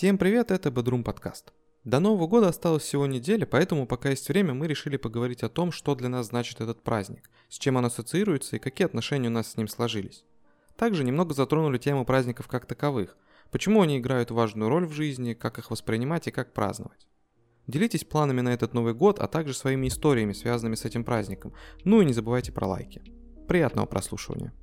Всем привет, это Бодрум подкаст. До Нового года осталось всего неделя, поэтому пока есть время, мы решили поговорить о том, что для нас значит этот праздник, с чем он ассоциируется и какие отношения у нас с ним сложились. Также немного затронули тему праздников как таковых, почему они играют важную роль в жизни, как их воспринимать и как праздновать. Делитесь планами на этот Новый год, а также своими историями, связанными с этим праздником. Ну и не забывайте про лайки. Приятного прослушивания.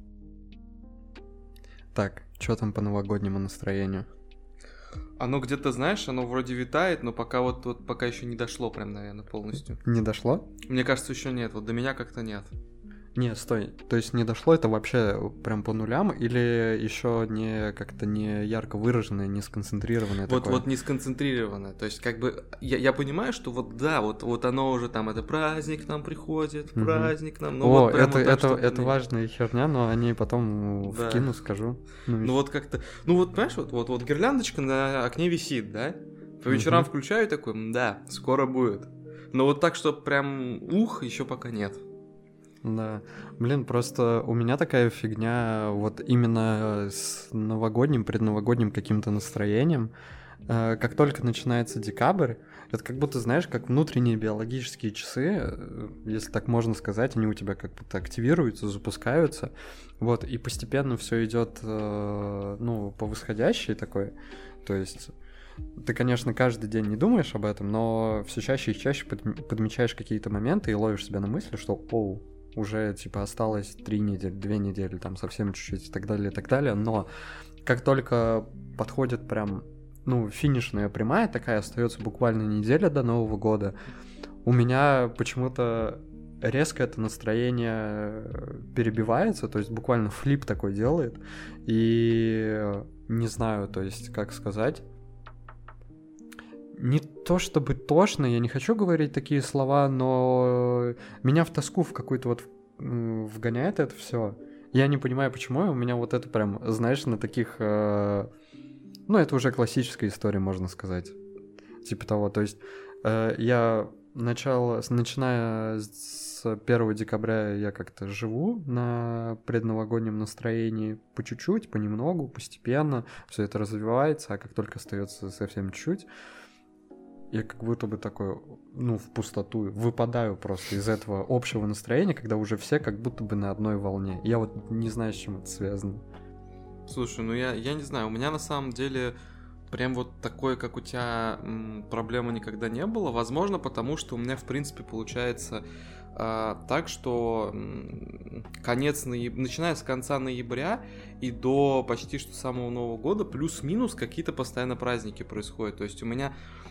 Так, что там по новогоднему настроению? Оно где-то, знаешь, оно вроде витает, но пока пока еще не дошло прям, наверное, полностью. Не дошло? Мне кажется, еще нет, вот до меня как-то нет. Не, стой, то есть не дошло это вообще прям по нулям или еще не как-то не ярко выраженное, не сконцентрированное такое? Вот не сконцентрированное, то есть как бы я понимаю, что вот оно уже там, это праздник нам приходит, праздник нам, ну вот прям это важная херня, но о ней потом вкину, скажу. Ну вот как-то, ну вот понимаешь, вот гирляндочка на окне висит, да? По вечерам включаю такой, да, скоро будет. Но вот так, что прям еще пока нет. Да, блин, просто у меня такая фигня вот именно с новогодним, предновогодним каким-то настроением. Как только начинается декабрь, это как будто, знаешь, как внутренние биологические часы, если так можно сказать, они у тебя как будто активируются, запускаются, вот, и постепенно все идет, по восходящей такой, то есть... Ты, конечно, каждый день не думаешь об этом, но все чаще и чаще подмечаешь какие-то моменты и ловишь себя на мысли, что уже, типа, осталось 3 недели, 2 недели, там, совсем чуть-чуть и так далее, но как только подходит прям, финишная прямая такая, остается буквально неделя до Нового года, у меня почему-то резко это настроение перебивается, то есть буквально флип такой делает, и не знаю, то есть, как сказать... Не то чтобы тошно, я не хочу говорить такие слова, но меня в тоску в какую-то вот вгоняет это все. Я не понимаю, почему, у меня вот это прям, знаешь, на таких... это уже классическая история, можно сказать. Типа того, то есть начиная с 1 декабря я как-то живу на предновогоднем настроении по чуть-чуть, понемногу, постепенно, все это развивается, а как только остается совсем чуть-чуть, я как будто бы такой, в пустоту, выпадаю просто из этого общего настроения, когда уже все как будто бы на одной волне. Я вот не знаю, с чем это связано. Слушай, я не знаю, у меня на самом деле прям вот такой, как у тебя, проблемы никогда не было. Возможно, потому что у меня, в принципе, получается так, что начиная с конца ноября и до почти что самого Нового года плюс-минус какие-то постоянно праздники происходят. То есть у меня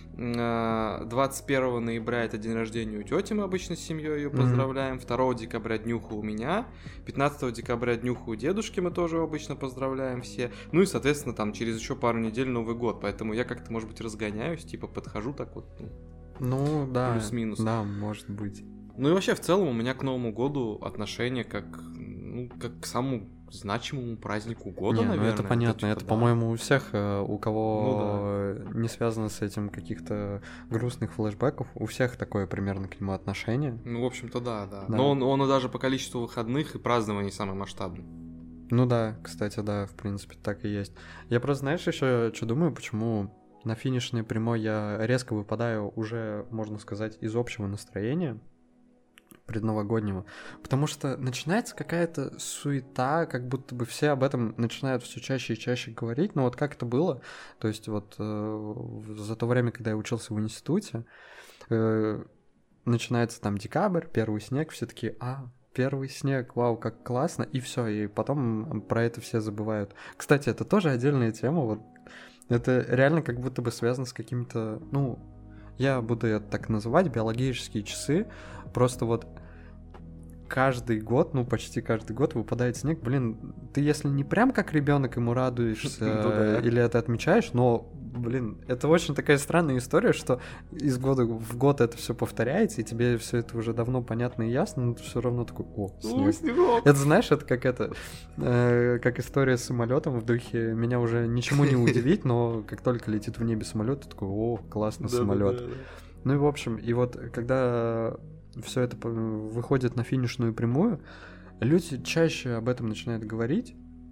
21 ноября это день рождения у тети, мы обычно с семьей ее поздравляем, 2 декабря днюха у меня, 15 декабря днюха у дедушки мы тоже обычно поздравляем все, ну и, соответственно, там через еще пару недель Новый год, поэтому я как-то, может быть, разгоняюсь, типа подхожу так вот, да, плюс-минус. Да, может быть. Ну и вообще, в целом, у меня к Новому году отношение как к самому значимому празднику года, наверное. Это понятно, это, по-моему, у всех, у кого не связано с этим каких-то грустных флешбеков, у всех такое примерно к нему отношение. В общем-то, да. Но он и даже по количеству выходных и празднований самый масштабный. Кстати, да, в принципе, так и есть. Я просто, знаешь, еще что думаю, почему на финишной прямой я резко выпадаю уже, можно сказать, из общего настроения предновогоднего, потому что начинается какая-то суета, как будто бы все об этом начинают все чаще и чаще говорить, но вот как это было, то есть вот за то время, когда я учился в институте, начинается там декабрь, первый снег, все такие, первый снег, вау, как классно, и все, и потом про это все забывают. Кстати, это тоже отдельная тема, вот это реально как будто бы связано с какими-то, я буду это так называть, биологические часы. Просто вот каждый год, почти каждый год выпадает снег. Блин, ты если не прям как ребенок ему радуешься или это отмечаешь, но, это очень такая странная история, что из года в год это все повторяется, и тебе все это уже давно понятно и ясно, но ты все равно такой, снег. Это знаешь, это как история с самолетом в духе, меня уже ничему не удивить, но как только летит в небе самолет, ты такой, классный самолет. Ну и в общем, и вот когда все это выходит на финишную прямую, люди чаще об этом начинают говорить,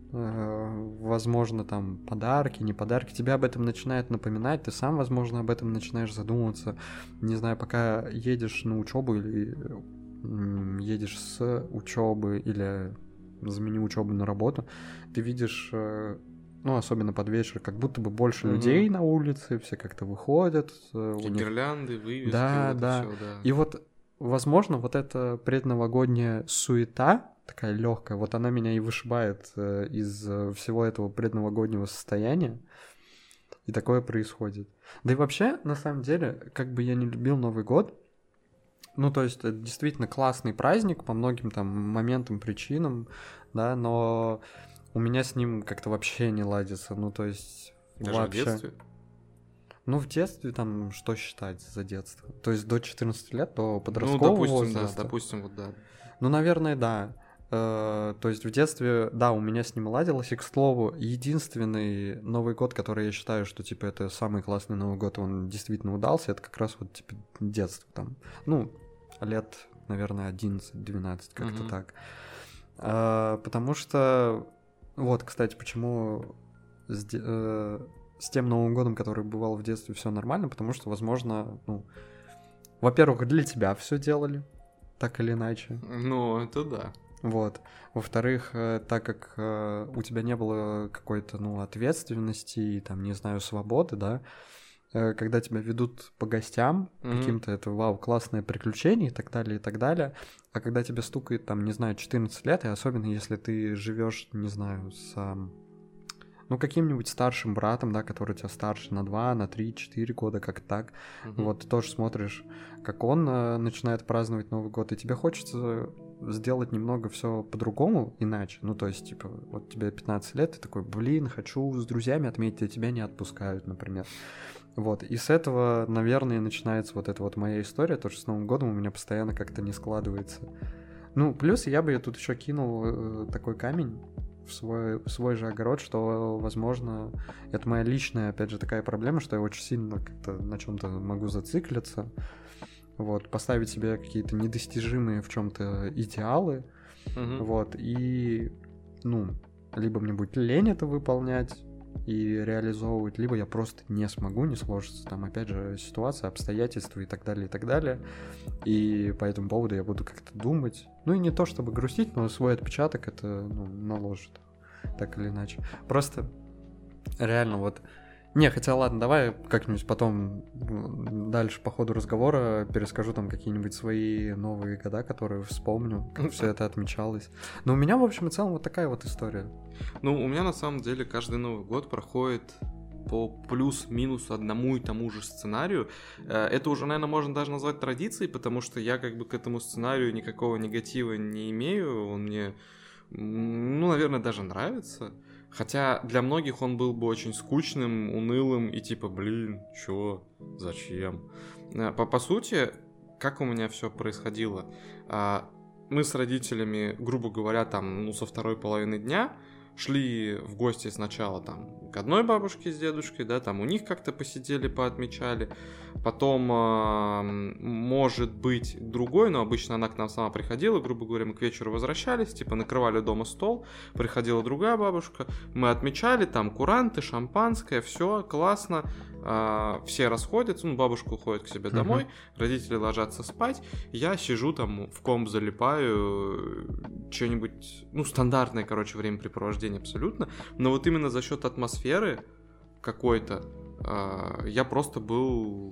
возможно, там подарки, не подарки, тебя об этом начинает напоминать, ты сам, возможно, об этом начинаешь задумываться, не знаю, пока едешь на учебу или едешь с учебы или замени учебу на работу, ты видишь, ну, особенно под вечер, как будто бы больше людей на улице, все как-то выходят. Гирлянды, вывески, да, вот да. это всё, да. И вот, возможно, вот эта предновогодняя суета, такая легкая, вот она меня и вышибает из всего этого предновогоднего состояния, и такое происходит. Да и вообще, на самом деле, как бы я не любил Новый год, ну, то есть, это действительно классный праздник по многим там моментам, причинам, да, но у меня с ним как-то вообще не ладится, ну, то есть, Даже вообще... в детстве? Ну, в детстве там что считать за детство? То есть до 14 лет, до подросткового допустим, возраста? Да, допустим, вот да. Ну, наверное, да. То есть в детстве, да, у меня с ним ладилось. И, к слову, единственный Новый год, который я считаю, что, типа, это самый классный Новый год, он действительно удался, это как раз вот, типа, детство там. Ну, лет, наверное, 11-12, как-то так. Потому что, вот, кстати, почему с тем Новым годом, который бывал в детстве, все нормально, потому что, возможно, ну, во-первых, для тебя все делали, так или иначе. Ну, это да. Вот. Во-вторых, так как у тебя не было какой-то, ну, ответственности и, там, не знаю, свободы, да, когда тебя ведут по гостям, каким-то это, вау, классное приключение и так далее, и так далее, а когда тебе стукает, там, не знаю, 14 лет, и особенно если ты живешь, не знаю, с... ну, каким-нибудь старшим братом, да, который тебя старше на 2, на 3, 4 года, как так. Вот, ты тоже смотришь, как он начинает праздновать Новый год, и тебе хочется сделать немного все по-другому, иначе. Ну, то есть, типа, вот тебе 15 лет, ты такой, блин, хочу с друзьями отметить, а тебя не отпускают, например. Вот, и с этого, наверное, начинается вот эта вот моя история, то, что с Новым годом у меня постоянно как-то не складывается. Ну, плюс я бы тут еще кинул такой камень в свой же огород, что, возможно, это моя личная, опять же, такая проблема, что я очень сильно как-то на чем-то могу зациклиться, вот, поставить себе какие-то недостижимые в чем-то идеалы, вот, и, ну, либо мне будет лень это выполнять и реализовывать, либо я просто не смогу, не сложится, там, опять же, ситуация, обстоятельства и так далее, и по этому поводу я буду как-то думать, ну и не то чтобы грустить, но свой отпечаток это, ну, наложит, так или иначе. Просто реально вот... Не, хотя ладно, давай как-нибудь потом дальше по ходу разговора перескажу там какие-нибудь свои новые года, которые вспомню, как все это отмечалось. Но у меня, в общем и целом, вот такая вот история. Ну, у меня на самом деле каждый Новый год проходит по плюс-минус одному и тому же сценарию. Это уже, наверное, можно даже назвать традицией, потому что я как бы к этому сценарию никакого негатива не имею. Он мне, ну, наверное, даже нравится. Хотя для многих он был бы очень скучным, унылым и типа, блин, чё, зачем? По сути, как у меня все происходило? Мы с родителями, грубо говоря, там, ну, со второй половины дня шли в гости сначала там к одной бабушке с дедушкой, да, там у них как-то посидели, поотмечали. Потом, может быть, другой, но обычно она к нам сама приходила, грубо говоря, мы к вечеру возвращались, типа накрывали дома стол, приходила другая бабушка, мы отмечали, там куранты, шампанское, все классно, все расходятся, ну, бабушка уходит к себе домой, родители ложатся спать, я сижу там в комп залипаю, что-нибудь, ну, стандартное, короче, времяпрепровождение абсолютно, но вот именно за счет атмосферы какой-то я просто был,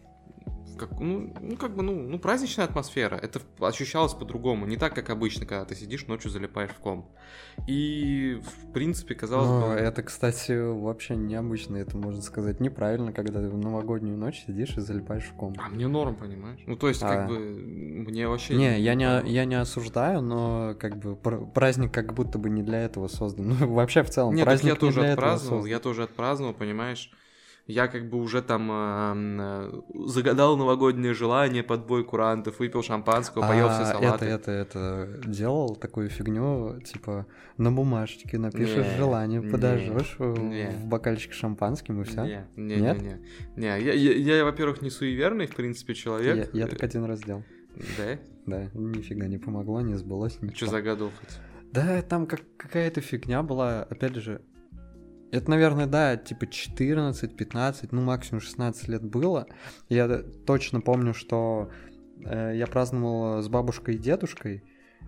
праздничная атмосфера. Это ощущалось по-другому, не так, как обычно, когда ты сидишь ночью залипаешь в комп. И, в принципе, казалось бы... это, кстати, вообще необычно, это, можно сказать, неправильно, когда ты в новогоднюю ночь сидишь и залипаешь в комп. А мне норм, понимаешь? Ну, то есть, как бы, мне вообще... Я не осуждаю, но, как бы, праздник как будто бы не для этого создан. Ну, вообще, в целом, нет, праздник я тоже не для отпраздновал, этого создан. я тоже отпраздновал, понимаешь? Я как бы уже там загадал новогоднее желание под бой курантов, выпил шампанского, поел все салаты. Это делал такую фигню, типа на бумажечке напишешь желание, подожжешь в бокальчик шампанским и все. Не. Я, во-первых, не суеверный, в принципе, человек. Я так один раз делал. Да? Да, нифига не помогло, не сбылось ничего. Что загадал хоть? Да, там какая-то фигня была, опять же. Это, наверное, да, типа 14, 15, ну максимум 16 лет было. Я точно помню, что я праздновал с бабушкой и дедушкой.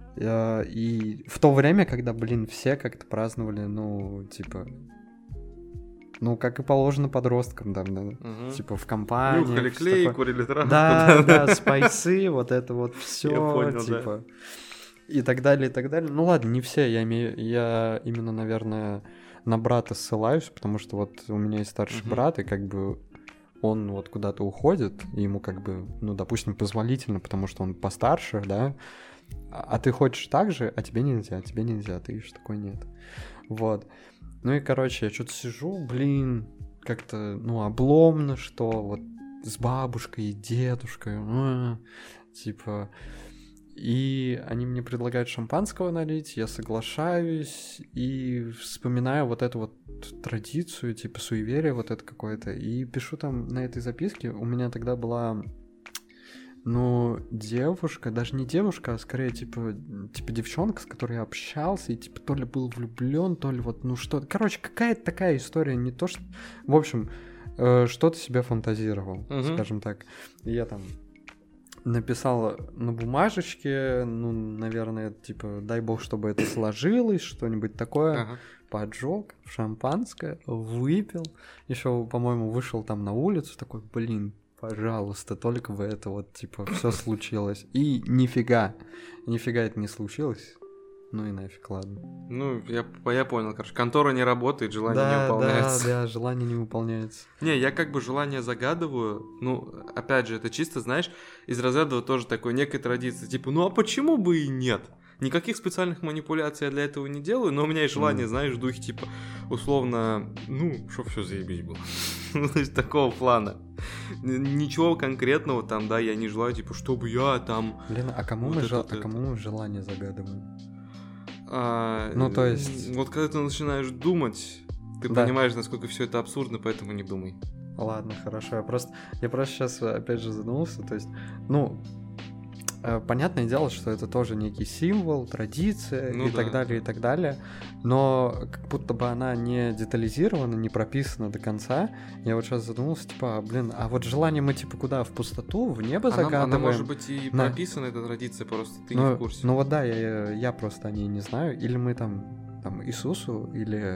И в то время, когда, блин, все как-то праздновали, ну, типа... Ну, как и положено подросткам, да, типа в компании. Нюхали клей, курили травку. Да, спайсы, вот это вот все, Я понял, типа... И так далее, и так далее. Ну ладно, не все, я именно, наверное, на брата ссылаюсь, потому что вот у меня есть старший брат, и как бы он вот куда-то уходит, и ему как бы, ну, допустим, позволительно, потому что он постарше, да, а ты хочешь так же, а тебе нельзя, ты видишь, такой нет. Вот. Ну и, короче, я что-то сижу, блин, как-то, ну, обломно, что вот с бабушкой и дедушкой, типа... И они мне предлагают шампанского налить, я соглашаюсь и вспоминаю вот эту вот традицию, типа суеверие вот это какое-то, и пишу там на этой записке, у меня тогда была, ну, девушка, даже не девушка, а скорее типа девчонка, с которой я общался, и типа то ли был влюблен, то ли вот, ну что, короче, какая-то такая история, не то что, в общем, что-то себе фантазировал, скажем так, и я там... написал на бумажечке, ну, наверное, типа, дай бог, чтобы это сложилось, что-нибудь такое, поджег шампанское, выпил, еще, по-моему, вышел там на улицу, такой, блин, пожалуйста, только бы это вот, типа, все случилось. И нифига это не случилось. Ну и нафиг, ладно. Ну, я понял, короче, контора не работает, желание не выполняется. Да, желание не выполняется. Не, я как бы желание загадываю, ну, опять же, это чисто, знаешь, из разряда тоже такой некой традиции, типа, ну а почему бы и нет? Никаких специальных манипуляций я для этого не делаю, но у меня есть желание, знаешь, в духе, типа, условно, ну, чтоб все заебись было. Ну, то есть такого плана. Ничего конкретного там, да, я не желаю, типа, чтобы я там... Блин, а кому мы желание загадываем? Ну, то есть... Вот когда ты начинаешь думать, ты понимаешь, насколько все это абсурдно, поэтому не думай. Ладно, хорошо. Я просто сейчас, опять же, задумался. То есть, ну, понятное дело, что это тоже некий символ, традиция и так далее, и так далее. Но как будто бы она не детализирована, не прописана до конца. Я вот сейчас задумался, типа, блин, а вот желание мы, типа, куда? В пустоту, в небо загадываем? Она может быть и прописана, эта традиция, просто ты не в курсе. Ну вот да, я просто о ней не знаю. Или мы там Иисусу, или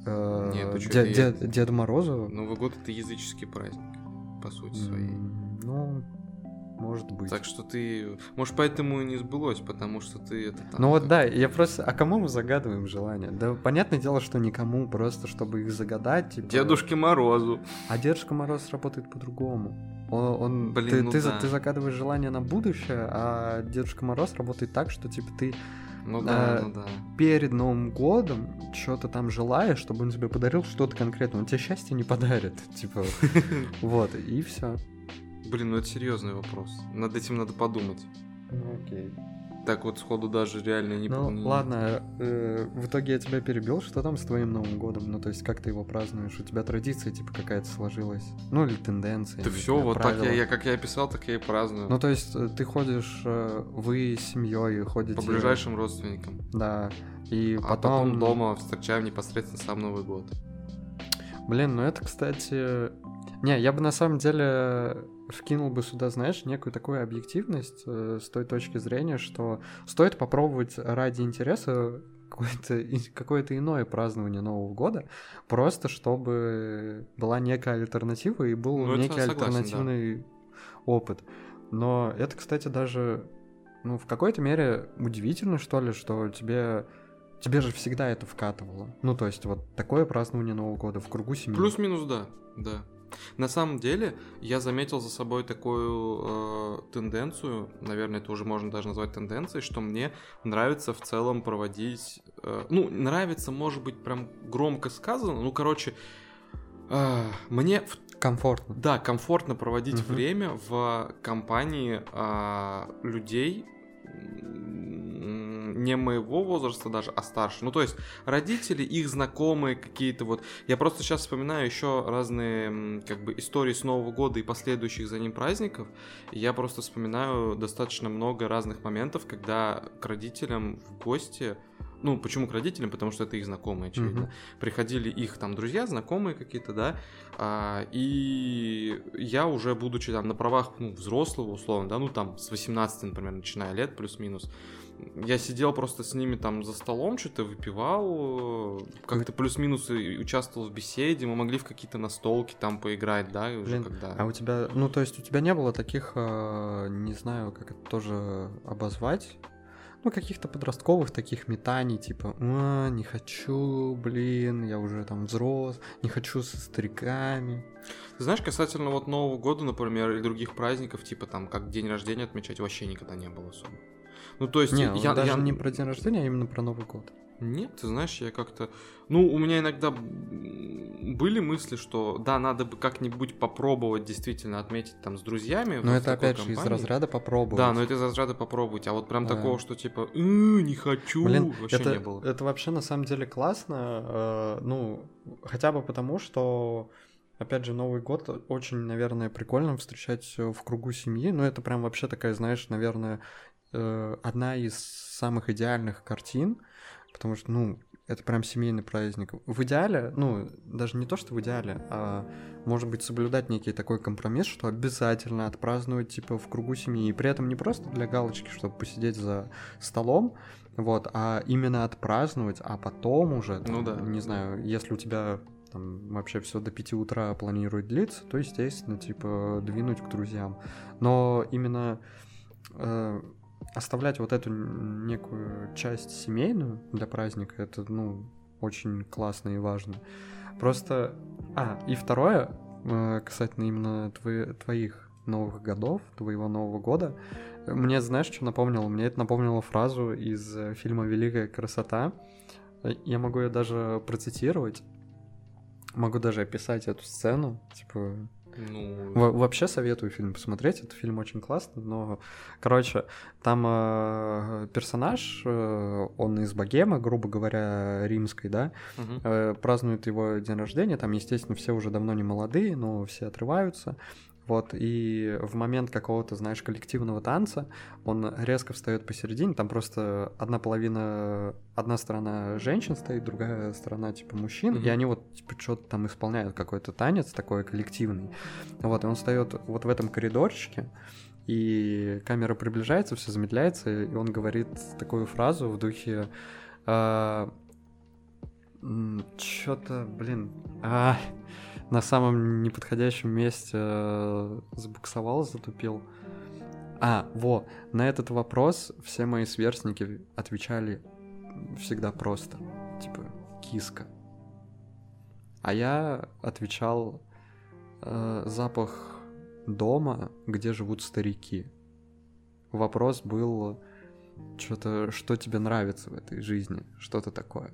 Деду Морозу. Новый год — это языческий праздник, по сути своей. Ну... Может быть. Так что ты... Может, поэтому и не сбылось, потому что ты это там... Ну вот да, я просто... А кому мы загадываем желания? Да, понятное дело, что никому, просто чтобы их загадать, типа... Дедушке Морозу. А Дедушка Мороз работает по-другому. Ты загадываешь желание на будущее, а Дедушка Мороз работает так, что, типа, ты... перед Новым годом что-то там желаешь, чтобы он тебе подарил что-то конкретное. Он тебе счастье не подарит, типа... Вот, и все. Блин, ну это серьезный вопрос. Над этим надо подумать. Ну окей. Так вот сходу даже реально не... Ну ладно, в итоге я тебя перебил. Что там с твоим Новым годом? Ну то есть как ты его празднуешь? У тебя традиция типа какая-то сложилась? Ну или тенденция? Да все, вот так как я описал, так я и праздную. Ну то есть ты ходишь, вы с семьей ходите... По ближайшим родственникам. Да. И потом дома встречаем непосредственно сам Новый год. Блин, ну это, кстати... Не, я бы на самом деле вкинул бы сюда, знаешь, некую такую объективность с той точки зрения, что стоит попробовать ради интереса какое-то иное празднование Нового года, просто чтобы была некая альтернатива и был некий альтернативный опыт. Но это, кстати, даже, ну, в какой-то мере удивительно, что ли, что тебе же всегда это вкатывало. Ну, то есть вот такое празднование Нового года в кругу семьи. Плюс-минус, да. На самом деле, я заметил за собой такую тенденцию, наверное, это уже можно даже назвать тенденцией, что мне нравится в целом проводить... нравится, может быть, прям громко сказано, мне... Комфортно. Да, комфортно проводить время в компании людей, не моего возраста даже, а старше. Ну, то есть родители, их знакомые какие-то вот. Я просто сейчас вспоминаю еще разные как бы истории с Нового года и последующих за ним праздников. И я просто вспоминаю достаточно много разных моментов, когда к родителям в гости Ну, почему к родителям? Потому что это их знакомые, очевидно. Приходили их там друзья, знакомые какие-то, да, и я уже, будучи там на правах, ну, взрослого, условно, да, ну, там, с 18, например, начиная лет, плюс-минус, я сидел просто с ними там за столом, что-то выпивал, как-то плюс-минус и участвовал в беседе, мы могли в какие-то настолки там поиграть, да, и уже когда... А у тебя, ну, то есть у тебя не было таких, не знаю, как это тоже обозвать, ну, каких-то подростковых таких метаний, типа, не хочу, блин, я уже там взрос, не хочу со стариками. Ты знаешь, касательно вот Нового года, например, или других праздников, типа там, как день рождения отмечать, вообще никогда не было особо. Ну, то есть... Не, я не про день рождения, а именно про Новый год. Нет, ты знаешь, я как-то... Ну, у меня иногда были мысли, что да, надо бы как-нибудь попробовать действительно отметить там с друзьями. Но это опять же из разряда попробовать. Да, но это из разряда попробовать. А вот прям такого, что типа, не хочу, блин, вообще не было. Это вообще на самом деле классно, ну, хотя бы потому, что... Опять же, Новый год очень, наверное, прикольно встречать в кругу семьи. Ну, это прям вообще такая, знаешь, наверное, одна из самых идеальных картин, потому что, ну, это прям семейный праздник. В идеале, ну, даже не то, что в идеале, а может быть соблюдать некий такой компромисс, что обязательно отпраздновать, типа, в кругу семьи. И при этом не просто для галочки, чтобы посидеть за столом, вот, а именно отпраздновать, а потом уже, там, ну да, не знаю, если у тебя... Там вообще все до 5 утра планирует длиться, то, естественно, типа, двинуть к друзьям. Но именно оставлять вот эту некую часть семейную для праздника, это, ну, очень классно и важно. Просто... и второе, касательно именно твоих новых годов, твоего Нового года, мне, знаешь, что напомнило? Мне это напомнило фразу из фильма «Великая красота». Я могу ее даже процитировать. Могу даже описать эту сцену, типа... Ну... Вообще советую фильм посмотреть, этот фильм очень классный, но, короче, там персонаж, он из богемы, грубо говоря, римской, да, празднует его день рождения, там, естественно, все уже давно не молодые, но все отрываются, вот, и в момент какого-то, знаешь, коллективного танца он резко встает посередине, там просто одна сторона женщин стоит, другая сторона, типа, мужчин, и они вот, типа, что-то там исполняют, какой-то танец такой коллективный, вот, и он встает вот в этом коридорчике, и камера приближается, все замедляется, и он говорит такую фразу в духе... Чё-то, блин... на самом неподходящем месте забуксовал, затупил. На этот вопрос все мои сверстники отвечали всегда просто, типа, киска. А я отвечал запах дома, где живут старики. Вопрос был что-то, что тебе нравится в этой жизни, что-то такое.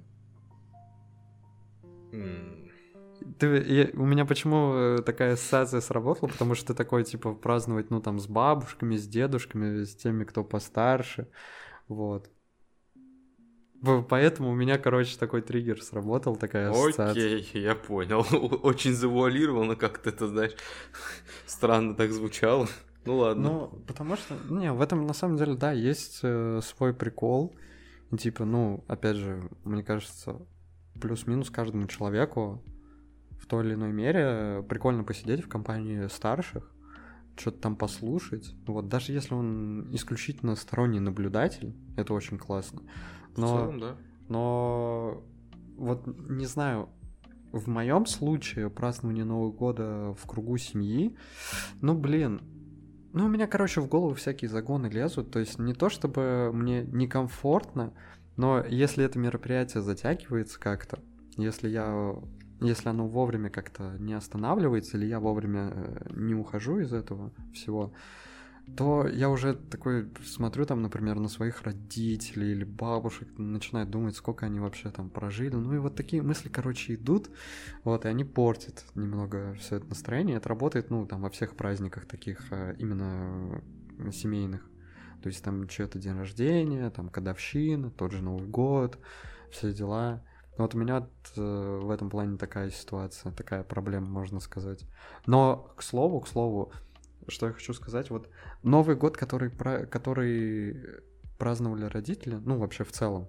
У меня почему такая ассоциация сработала? Потому что ты такой, типа, праздновать, ну, там, с бабушками, с дедушками, с теми, кто постарше, вот. Поэтому у меня, короче, такой триггер сработал, такая ассоциация. Окей, я понял. Очень завуалированно как-то это, знаешь, странно так звучало. Ну, ладно. Ну, потому что, не, в этом, на самом деле, да, есть свой прикол. Типа, ну, опять же, мне кажется, плюс-минус каждому человеку в той или иной мере прикольно посидеть в компании старших, что-то там послушать. Вот, даже если он исключительно сторонний наблюдатель, это очень классно. В целом, да. Но вот не знаю, в моем случае празднование Нового года в кругу семьи, ну, блин, ну, у меня, короче, в голову всякие загоны лезут. То есть не то, чтобы мне некомфортно, но если это мероприятие затягивается как-то, если оно вовремя как-то не останавливается, или я вовремя не ухожу из этого всего, то я уже такой смотрю там, например, на своих родителей или бабушек, начинаю думать, сколько они вообще там прожили. Ну и вот такие мысли, короче, идут, вот, и они портят немного все это настроение. Это работает, ну, там, во всех праздниках таких именно семейных. То есть там что-то день рождения, там годовщина, тот же Новый год, все дела. Вот у меня в этом плане такая ситуация, такая проблема, можно сказать. Но, к слову, что я хочу сказать, вот Новый год, который праздновали родители, ну, вообще в целом,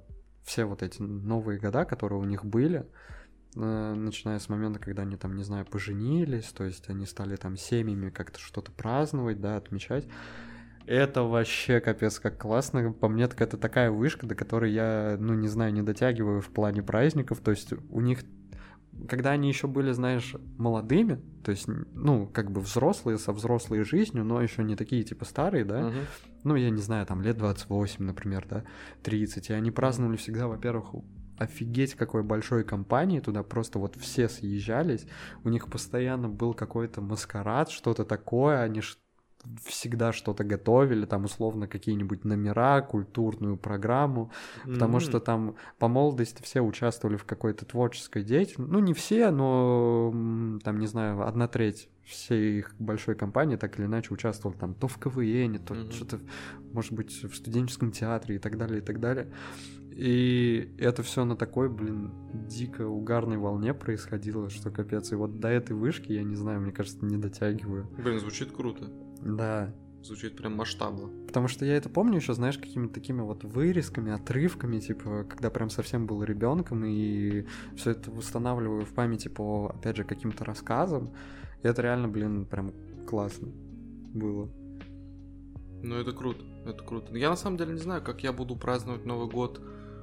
все вот эти новые года, которые у них были, начиная с момента, когда они там, не знаю, поженились, то есть они стали там семьями как-то что-то праздновать, да, отмечать. Это вообще капец как классно. По мне, так это такая вышка, до которой я, ну, не знаю, не дотягиваю в плане праздников. То есть у них, когда они еще были, знаешь, молодыми, то есть, ну, как бы взрослые, со взрослой жизнью, но еще не такие, типа, старые, да, ну, я не знаю, там, лет 28, например, да, 30, и они праздновали всегда, во-первых, офигеть какой большой компании, туда просто вот все съезжались, у них постоянно был какой-то маскарад, что-то такое, они всегда что-то готовили, там условно какие-нибудь номера, культурную программу, потому что там по молодости все участвовали в какой-то творческой деятельности, ну не все, но там, не знаю, 1/3 всей их большой компании так или иначе участвовали там то в КВН, то что-то, может быть, в студенческом театре и так далее, и так далее. И это все на такой, блин, дико угарной волне происходило, что капец. И вот до этой вышки, я не знаю, мне кажется, не дотягиваю. Блин, звучит круто. Да. Звучит прям масштабно. Потому что я это помню еще, знаешь, какими-то такими вот вырезками, отрывками, типа, когда прям совсем был ребенком, и все это восстанавливаю в памяти по, опять же, каким-то рассказам. И это реально, блин, прям классно было. Ну, это круто, это круто. Я на самом деле не знаю, как я буду праздновать Новый год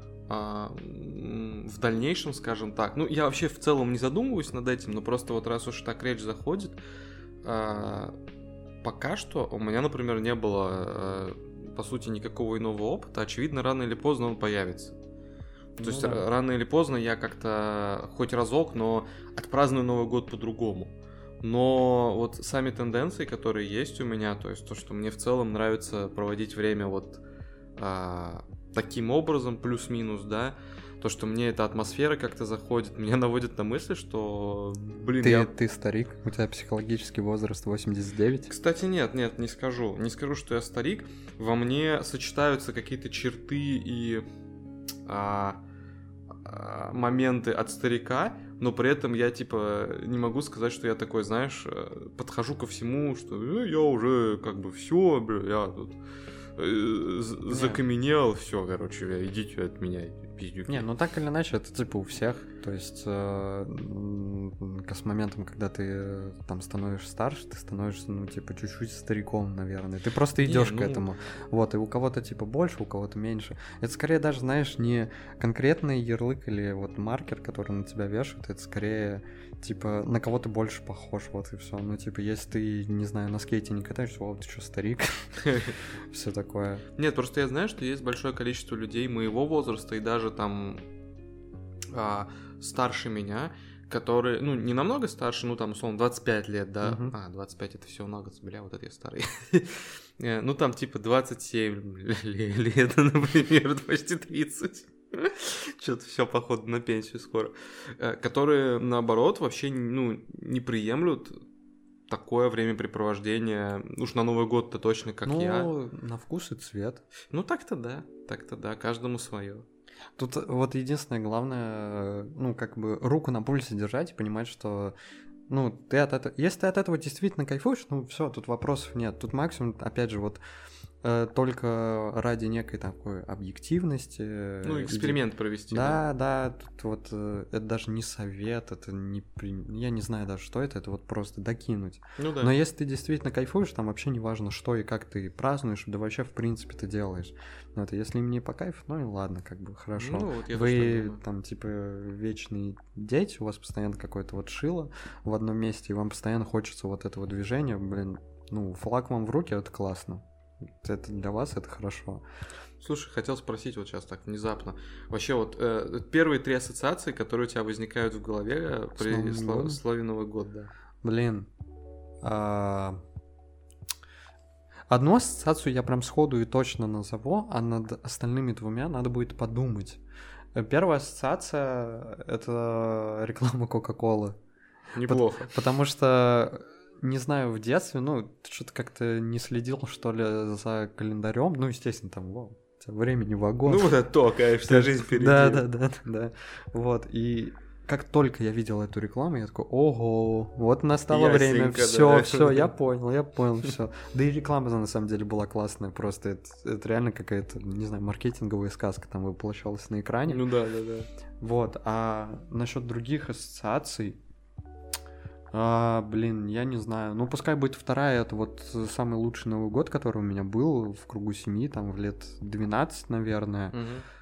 в дальнейшем, скажем так. Ну, я вообще в целом не задумываюсь над этим, но просто вот раз уж так речь заходит, пока что у меня, например, не было, по сути, никакого иного опыта. Очевидно, рано или поздно он появится. То есть рано или поздно я как-то хоть разок, но отпраздную Новый год по-другому. Но вот сами тенденции, которые есть у меня, то есть то, что мне в целом нравится проводить время вот таким образом, плюс-минус, да, то, что мне эта атмосфера как-то заходит, меня наводит на мысли, что, блин, Ты старик? У тебя психологический возраст 89? Кстати, нет, не скажу. Не скажу, что я старик. Во мне сочетаются какие-то черты и моменты от старика, но при этом я, типа, не могу сказать, что я такой, знаешь, подхожу ко всему, что я уже, как бы, все, я тут закаменел, все, короче, идите от меня, пиздюки. Не, ну так или иначе, это типа у всех. То есть с моментом, когда ты там становишься старше, ты становишься, ну, типа, чуть-чуть стариком, наверное. Ты просто идешь к этому. Вот, и у кого-то типа больше, у кого-то меньше. Это скорее даже, знаешь, не конкретный ярлык или вот маркер, который на тебя вешают, это скорее типа на кого ты больше похож, вот и все. Ну, типа, если ты, не знаю, на скейте не катаешься, о, ты что, старик? Все такое. Нет, просто я знаю, что есть большое количество людей моего возраста и даже там старше меня, которые, ну, не намного старше, ну, там, условно, 25 лет, да. 25 это все на год, бля, вот это я старый. Ну, там, типа, 27 лет, например, почти 30. Что-то все, походу, на пенсию скоро. Которые, наоборот, вообще, ну, не приемлют такое времяпрепровождение. Уж на Новый год-то точно, как я. Ну, на вкус и цвет. Ну, так-то да, каждому свое. Тут вот единственное главное, ну, как бы руку на пульсе держать и понимать, что, ну, ты от этого, если ты от этого действительно кайфуешь, ну, все, тут вопросов нет. Тут максимум, опять же, вот только ради некой такой объективности. Ну, эксперимент провести. Да, тут вот это даже не совет, это не... Я не знаю даже, что это вот просто докинуть. Ну да. Но если ты действительно кайфуешь, там вообще не важно, что и как ты празднуешь, да вообще, в принципе, ты делаешь. Но это если им не по кайфу, ну и ладно, как бы, хорошо. Ну, вот вы там, типа, вечные дети, у вас постоянно какое-то вот шило в одном месте, и вам постоянно хочется вот этого движения, блин, ну, флаг вам в руки, это классно. Это для вас, это хорошо. Слушай, хотел спросить вот сейчас так внезапно. Вообще вот первые 3 ассоциации, которые у тебя возникают в голове при слове Новый год, да. Блин. Одну ассоциацию я прям сходу и точно назову, а над остальными 2 надо будет подумать. Первая ассоциация — это реклама Кока-Колы. Неплохо. Потому что... Не знаю, в детстве, ну, что-то как-то не следил, что ли, за календарем. Ну, естественно, там, времени вагон. Ну, вот это то, конечно, вся жизнь впереди. Да. Вот, и как только я видел эту рекламу, я такой, ого, вот настало время, Ясненько, все, да. я понял, все. Да и реклама на самом деле была классная, просто это реально какая-то, не знаю, маркетинговая сказка там воплощалась на экране. Ну да. Вот, а насчет других ассоциаций, я не знаю. Ну, пускай будет вторая, это вот самый лучший Новый год, который у меня был в кругу семьи, там в лет 12, наверное.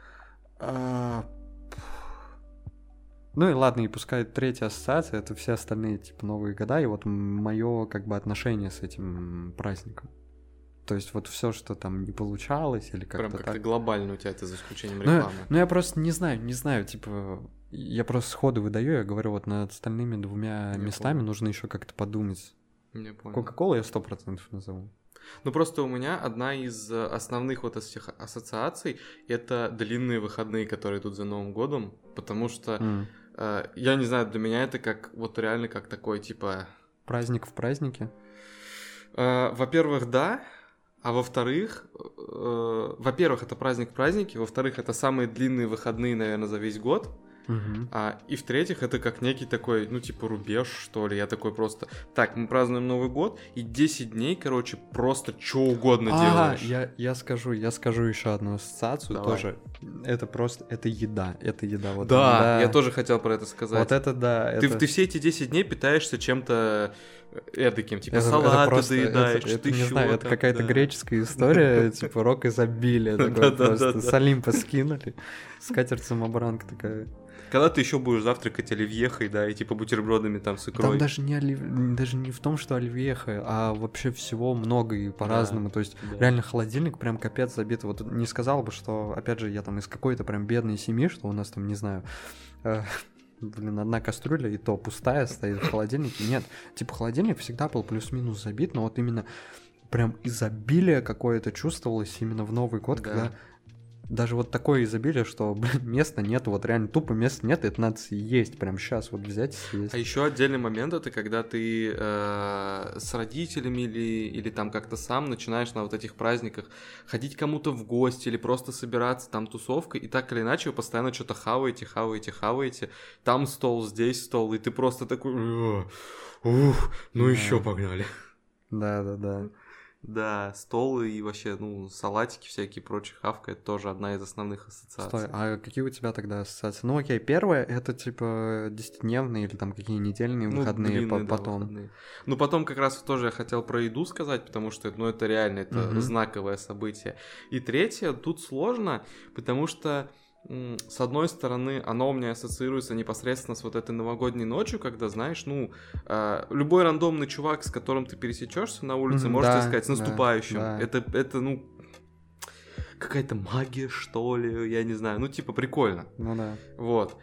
Ну и ладно, и пускай третья ассоциация, это все остальные, типа, Новые года, и вот мое, как бы, отношение с этим праздником. То есть вот все, что там не получалось, или как-то Прям как-то так. глобально у тебя это за исключением рекламы. Ну я просто не знаю, типа, я просто сходу выдаю, я говорю, вот над остальными двумя местами нужно еще как-то подумать. Не понял. Кока-колу я 100% назову. Ну просто у меня одна из основных вот этих ассоциаций — это длинные выходные, которые идут за Новым годом, потому что, я не знаю, для меня это как, вот реально как такой, типа... Праздник в празднике? Во-первых, да. А во-вторых, это праздник в празднике, во-вторых, это самые длинные выходные, наверное, за весь год. И в-третьих, это как некий такой, ну, типа, рубеж, что ли. Я такой просто, так, мы празднуем Новый год, и 10 дней, короче, просто что угодно делаешь. Я скажу еще одну ассоциацию. Давай. Тоже. Это еда. Вот да, я тоже хотел про это сказать. Вот это да. Ты все эти 10 дней питаешься чем-то эдаким, типа это салаты просто, доедаешь, это не знаю, это какая-то греческая история, типа рок изобилия, такой просто с Олимпа скинули, скатерть-самобранка такая. Когда ты еще будешь завтракать оливьехой, да, и типа бутербродами там с икрой. Там даже не в том, что оливьеха, а вообще всего много и по-разному. То есть реально холодильник прям капец забит. Вот не сказал бы, что, опять же, я там из какой-то прям бедной семьи, что у нас там, не знаю, одна кастрюля, и то пустая стоит в холодильнике. Нет, типа холодильник всегда был плюс-минус забит, но вот именно прям изобилие какое-то чувствовалось именно в Новый год, когда даже вот такое изобилие, что, места нет, вот реально тупо места нет, и это надо съесть, прям сейчас вот взять и съесть. А еще отдельный момент — это когда ты с родителями или там как-то сам начинаешь на вот этих праздниках ходить кому-то в гости или просто собираться, там тусовкой, и так или иначе вы постоянно что-то хаваете, там стол, здесь стол, и ты просто такой, еще погнали. Да. Да, стол и вообще, салатики всякие, прочие хавка — это тоже одна из основных ассоциаций. Стой, а какие у тебя тогда ассоциации? Ну окей, первое — это типа 10-дневные или там какие недельные выходные потом. Выходные. Потом как раз тоже я хотел про еду сказать, потому что это реально, это знаковое событие. И третье, тут сложно, потому что с одной стороны, оно у меня ассоциируется непосредственно с вот этой новогодней ночью, когда, знаешь, любой рандомный чувак, с которым ты пересечешься на улице, может тебе сказать с наступающим. Да. Это какая-то магия, что ли, я не знаю. Прикольно. Ну да. Вот.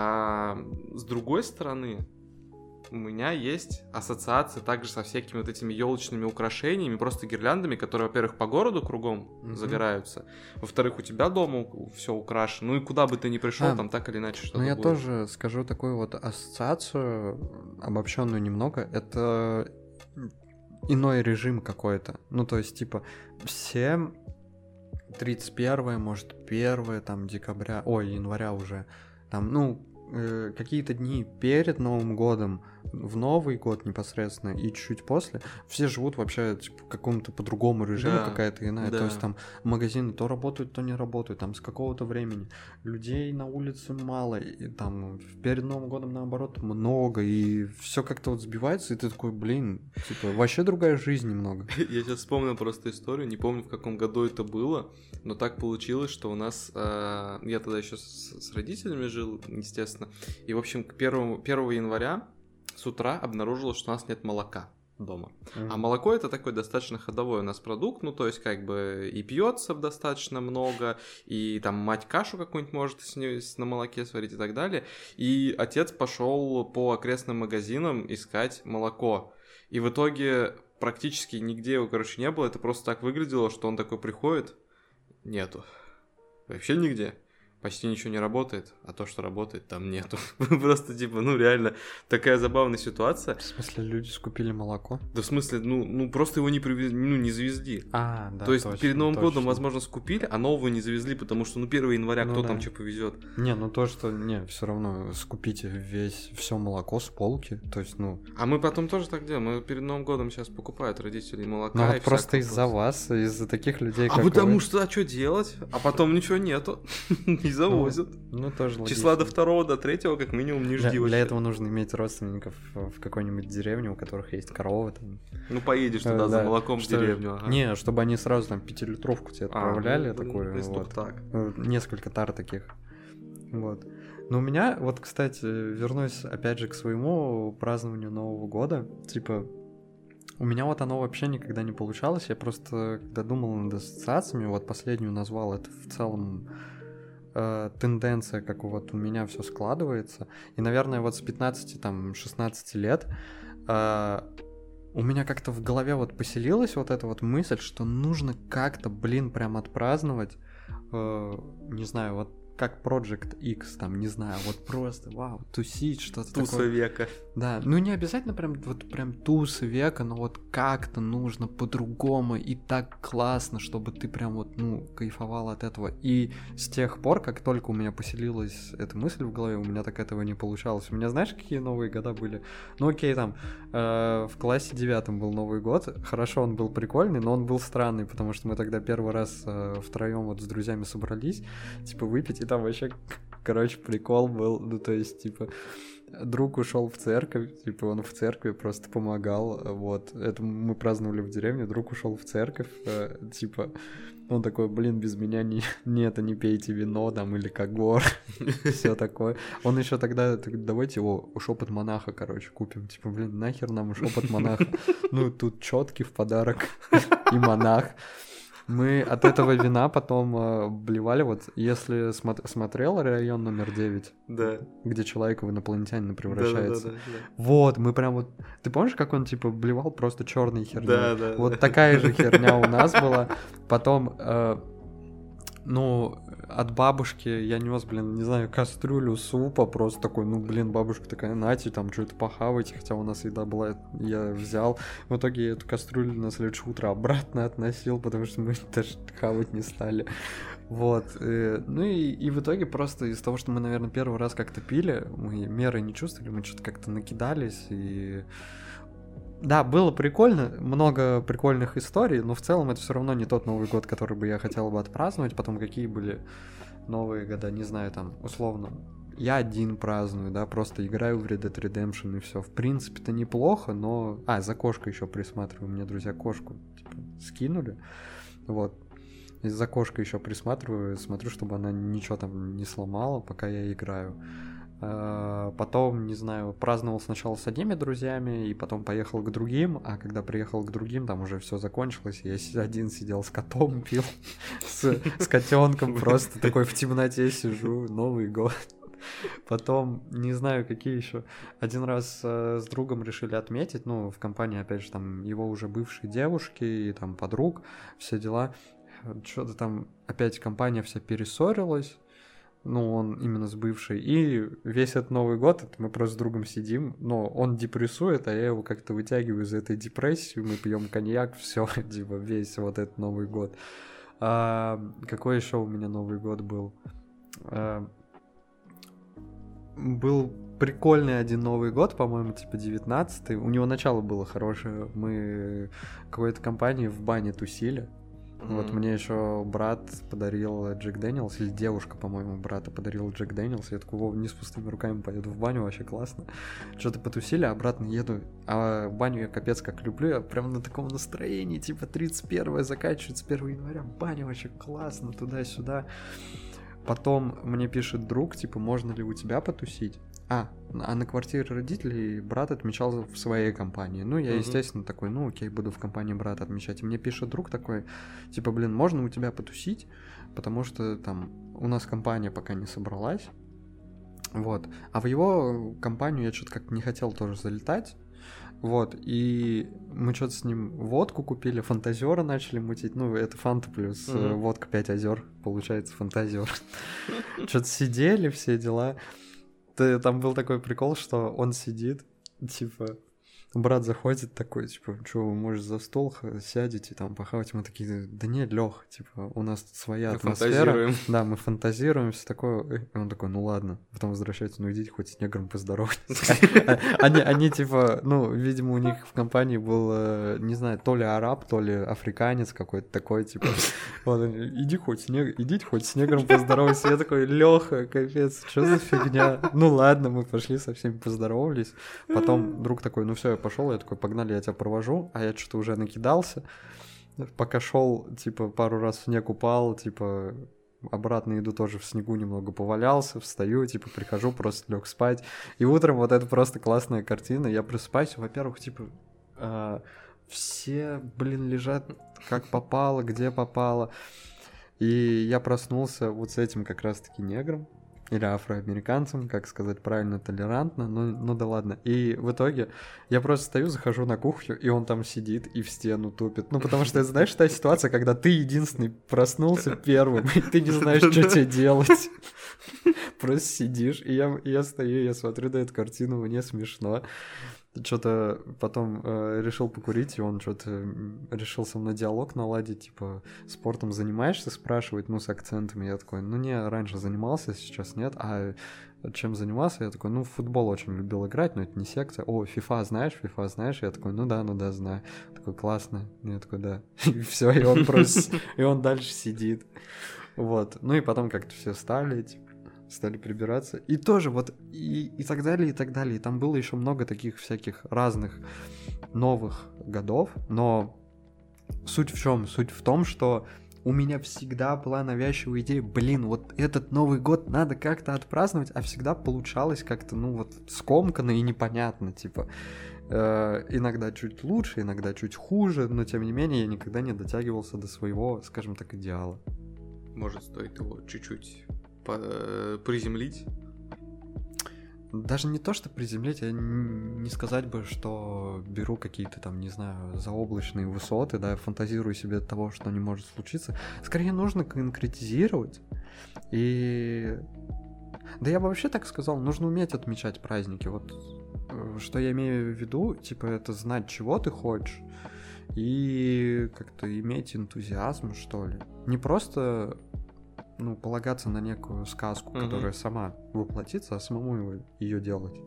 С другой стороны, у меня есть ассоциации также со всякими вот этими елочными украшениями, просто гирляндами, которые, во-первых, по городу кругом загораются, во-вторых, у тебя дома все украшено, и куда бы ты ни пришел, там так или иначе что-то будет. Я тоже скажу такую вот ассоциацию, обобщенную немного, это иной режим какой-то. То есть, типа, всем 31, может, 1 там, января уже, там, какие-то дни перед Новым годом, в Новый год непосредственно и чуть после, все живут вообще типа, в каком-то по-другому режиму, какая-то иная. То есть там магазины то работают, то не работают, там с какого-то времени. Людей на улице мало, и там перед Новым годом наоборот много, и все как-то вот сбивается, и ты такой, вообще другая жизнь немного. Я сейчас вспомнил просто историю, не помню в каком году это было, но так получилось, что у нас, я тогда еще с родителями жил, естественно, и в общем к 1 января с утра обнаружилось, что у нас нет молока дома. А молоко — это такой достаточно ходовой у нас продукт, то есть как бы и пьется достаточно много, и там мать кашу какую-нибудь может на молоке сварить и так далее. И отец пошел по окрестным магазинам искать молоко. И в итоге практически нигде его, не было. Это просто так выглядело, что он такой приходит: нету. Вообще нигде. почти ничего не работает, а то, что работает, там нету. Просто, типа, ну, реально, такая забавная ситуация. В смысле, люди скупили молоко? Да, в смысле, ну просто его не привезли, ну, не завезли. Да, то есть, точно, перед Новым точно. годом, возможно, скупили, а нового не завезли, потому что, 1 января Ну кто да. там что повезет? Не, то, что, все равно скупите все молоко с полки, то есть, А мы потом тоже так делаем, мы перед Новым годом сейчас покупают родители молока Ну и вот просто всякого из-за вас, из-за таких людей, А как потому вы. что, а что делать? А потом ничего нету, не завозят. Ну, тоже логично. Числа до 2 до 3 как минимум не жди Для вообще. этого нужно иметь родственников в какой-нибудь деревне, у которых есть коровы там. Ну, поедешь туда за молоком в деревню. Ага. Не, чтобы они сразу там 5-литровку тебе отправляли, такую если вот. так. Несколько тар таких. Вот. Но у меня, вот, кстати, вернусь опять же к своему празднованию Нового года. Типа, у меня вот оно вообще никогда не получалось. Я просто, когда думал над ассоциациями, вот последнюю назвал, это в целом тенденция, как вот у меня все складывается. И, наверное, вот с 15-16 лет у меня как-то в голове вот поселилась вот эта вот мысль, что нужно как-то, прям отпраздновать, не знаю, вот как Project X, там, не знаю, вот просто, вау, тусить, что-то Туса такое. века. Да, ну не обязательно прям тусы века, но вот как-то нужно по-другому и так классно, чтобы ты прям вот, кайфовал от этого. И с тех пор, как только у меня поселилась эта мысль в голове, у меня так этого не получалось. У меня, знаешь, какие новые года были? Ну окей, там, в классе 9 был Новый год, хорошо, он был прикольный, но он был странный, потому что мы тогда первый раз втроем вот с друзьями собрались, типа, выпить, и там вообще, короче, прикол был, ну, то есть, типа, друг ушел в церковь, типа, он в церкви просто помогал, вот, это мы праздновали в деревне, друг ушел в церковь, типа, он такой, без меня не пейте вино, там, или когор, все такое. Он еще тогда, давайте шепот монаха, короче, купим, типа, нахер нам шепот монаха, ну, тут четкий в подарок и монах. Мы от этого вина потом блевали, вот, если смотрел «Район номер 9», да. где человек в инопланетянина превращается. Да. Вот, мы прям вот... Ты помнишь, как он, типа, блевал просто черной херней? Да. Вот такая же херня у нас была. Потом, от бабушки я нес, не знаю, кастрюлю супа, просто такой, бабушка такая, нате, там, что-то похавайте, хотя у нас еда была, я взял. В итоге я эту кастрюлю на следующее утро обратно относил, потому что мы даже хавать не стали. Вот. Ну и в итоге просто из-за того, что мы, наверное, первый раз как-то пили, мы меры не чувствовали, мы что-то как-то накидались, и... Да, было прикольно, много прикольных историй, но в целом это все равно не тот Новый год, который бы я хотел бы отпраздновать. Потом какие были новые года, не знаю, там, условно, я один праздную, да, просто играю в Red Dead Redemption и все. В принципе-то неплохо, но... за кошкой еще присматриваю, мне друзья кошку, типа, скинули, вот. За кошкой еще присматриваю, смотрю, чтобы она ничего там не сломала, пока я играю. Потом, не знаю, праздновал сначала с одними друзьями, и потом поехал к другим, а когда приехал к другим, там уже все закончилось, я один сидел с котом, пил, с котенком, просто такой в темноте сижу, Новый год. Потом, не знаю, какие еще. Один раз с другом решили отметить, в компании, опять же, там его уже бывшие девушки и там подруг, все дела. Что-то там опять компания вся перессорилась. Он именно с бывшей. И весь этот Новый год, мы просто с другом сидим, но он депрессует, а я его как-то вытягиваю из этой депрессии, мы пьем коньяк, все, типа, весь вот этот Новый год. Какой еще у меня Новый год был? Был прикольный один Новый год, по-моему, типа 19-й. У него начало было хорошее. Мы какой-то компании в бане тусили. Вот мне еще брат подарил Джек Дэниелс, или девушка, по-моему, брата подарил Джек Дэниелс. Я такой, не с пустыми руками поеду в баню, вообще классно. Что-то потусили, обратно еду. А баню я капец как люблю, я прям на таком настроении, типа 31-е заканчивается 1 января, баня вообще классно, туда-сюда. Потом мне пишет друг, типа, можно ли у тебя потусить? А на квартире родителей брат отмечал в своей компании. Я, естественно, такой, окей, буду в компании брата отмечать. И мне пишет друг такой, типа, можно у тебя потусить? Потому что там у нас компания пока не собралась. Вот. А в его компанию я что-то как-то не хотел тоже залетать. Вот, и мы что-то с ним водку купили, фантазера начали мутить. Ну, это фанта плюс водка 5 озер, получается, фантазер. Что-то сидели, все дела. Там был такой прикол, что он сидит, типа, брат заходит такой, типа, что, вы, может, за стол сядете, там, похавать? Мы такие, да нет, Лёх, типа, у нас тут своя атмосфера. Да, мы фантазируем, все такое. И он такой, ну ладно. Потом возвращается, ну идите хоть с негром поздоровайтесь. Они, типа, ну, видимо, у них в компании был, не знаю, то ли араб, то ли африканец какой-то такой, типа, идите хоть с негром поздоровайся. Я такой, Лёха, капец, что за фигня? Ну ладно, мы пошли со всеми поздоровались. Потом друг такой, ну все, пошел, я такой, погнали, я тебя провожу, а я что-то уже накидался. Пока шел, типа, пару раз в снег упал, типа, обратно иду тоже в снегу немного повалялся, встаю, типа, прихожу, просто лег спать. И утром вот это просто классная картина. Я просыпаюсь, во-первых, типа, все, лежат как попало, где попало. И я проснулся вот с этим как раз-таки негром. Или афроамериканцам, как сказать правильно, толерантно, ну да ладно. И в итоге я просто стою, захожу на кухню, и он там сидит и в стену тупит. Ну, потому что, знаешь, та ситуация, когда ты единственный проснулся первым, и ты не знаешь, что тебе делать. Просто сидишь, и я стою, я смотрю на эту картину, мне смешно. Что-то потом решил покурить, и он что-то решил со мной диалог наладить, типа, спортом занимаешься, спрашивает, ну, с акцентами. Я такой, ну, не, раньше занимался, сейчас нет. А чем занимался? Я такой, ну, в футбол очень любил играть, но это не секция. О, FIFA знаешь? Я такой, ну да, знаю. Такой, классно. Я такой, да. И все, и он просто, и он дальше сидит. Вот. Ну, и потом как-то все стали прибираться. И тоже вот и так далее, и так далее. И там было еще много таких всяких разных новых годов. Но суть в чем? Суть в том, что у меня всегда была навязчивая идея, вот этот Новый год надо как-то отпраздновать, а всегда получалось как-то, ну вот, скомканно и непонятно, типа. Иногда чуть лучше, иногда чуть хуже, но тем не менее я никогда не дотягивался до своего, скажем так, идеала. Может, стоит его чуть-чуть приземлить? Даже не то, что приземлить, а не сказать бы, что беру какие-то там, не знаю, заоблачные высоты, да, фантазирую себе того, что не может случиться. Скорее нужно конкретизировать. И... Да я бы вообще так сказал, нужно уметь отмечать праздники. Вот что я имею в виду, типа, это знать, чего ты хочешь, и как-то иметь энтузиазм, что ли. Не просто... ну, полагаться на некую сказку, которая сама воплотится, а самому ее делать.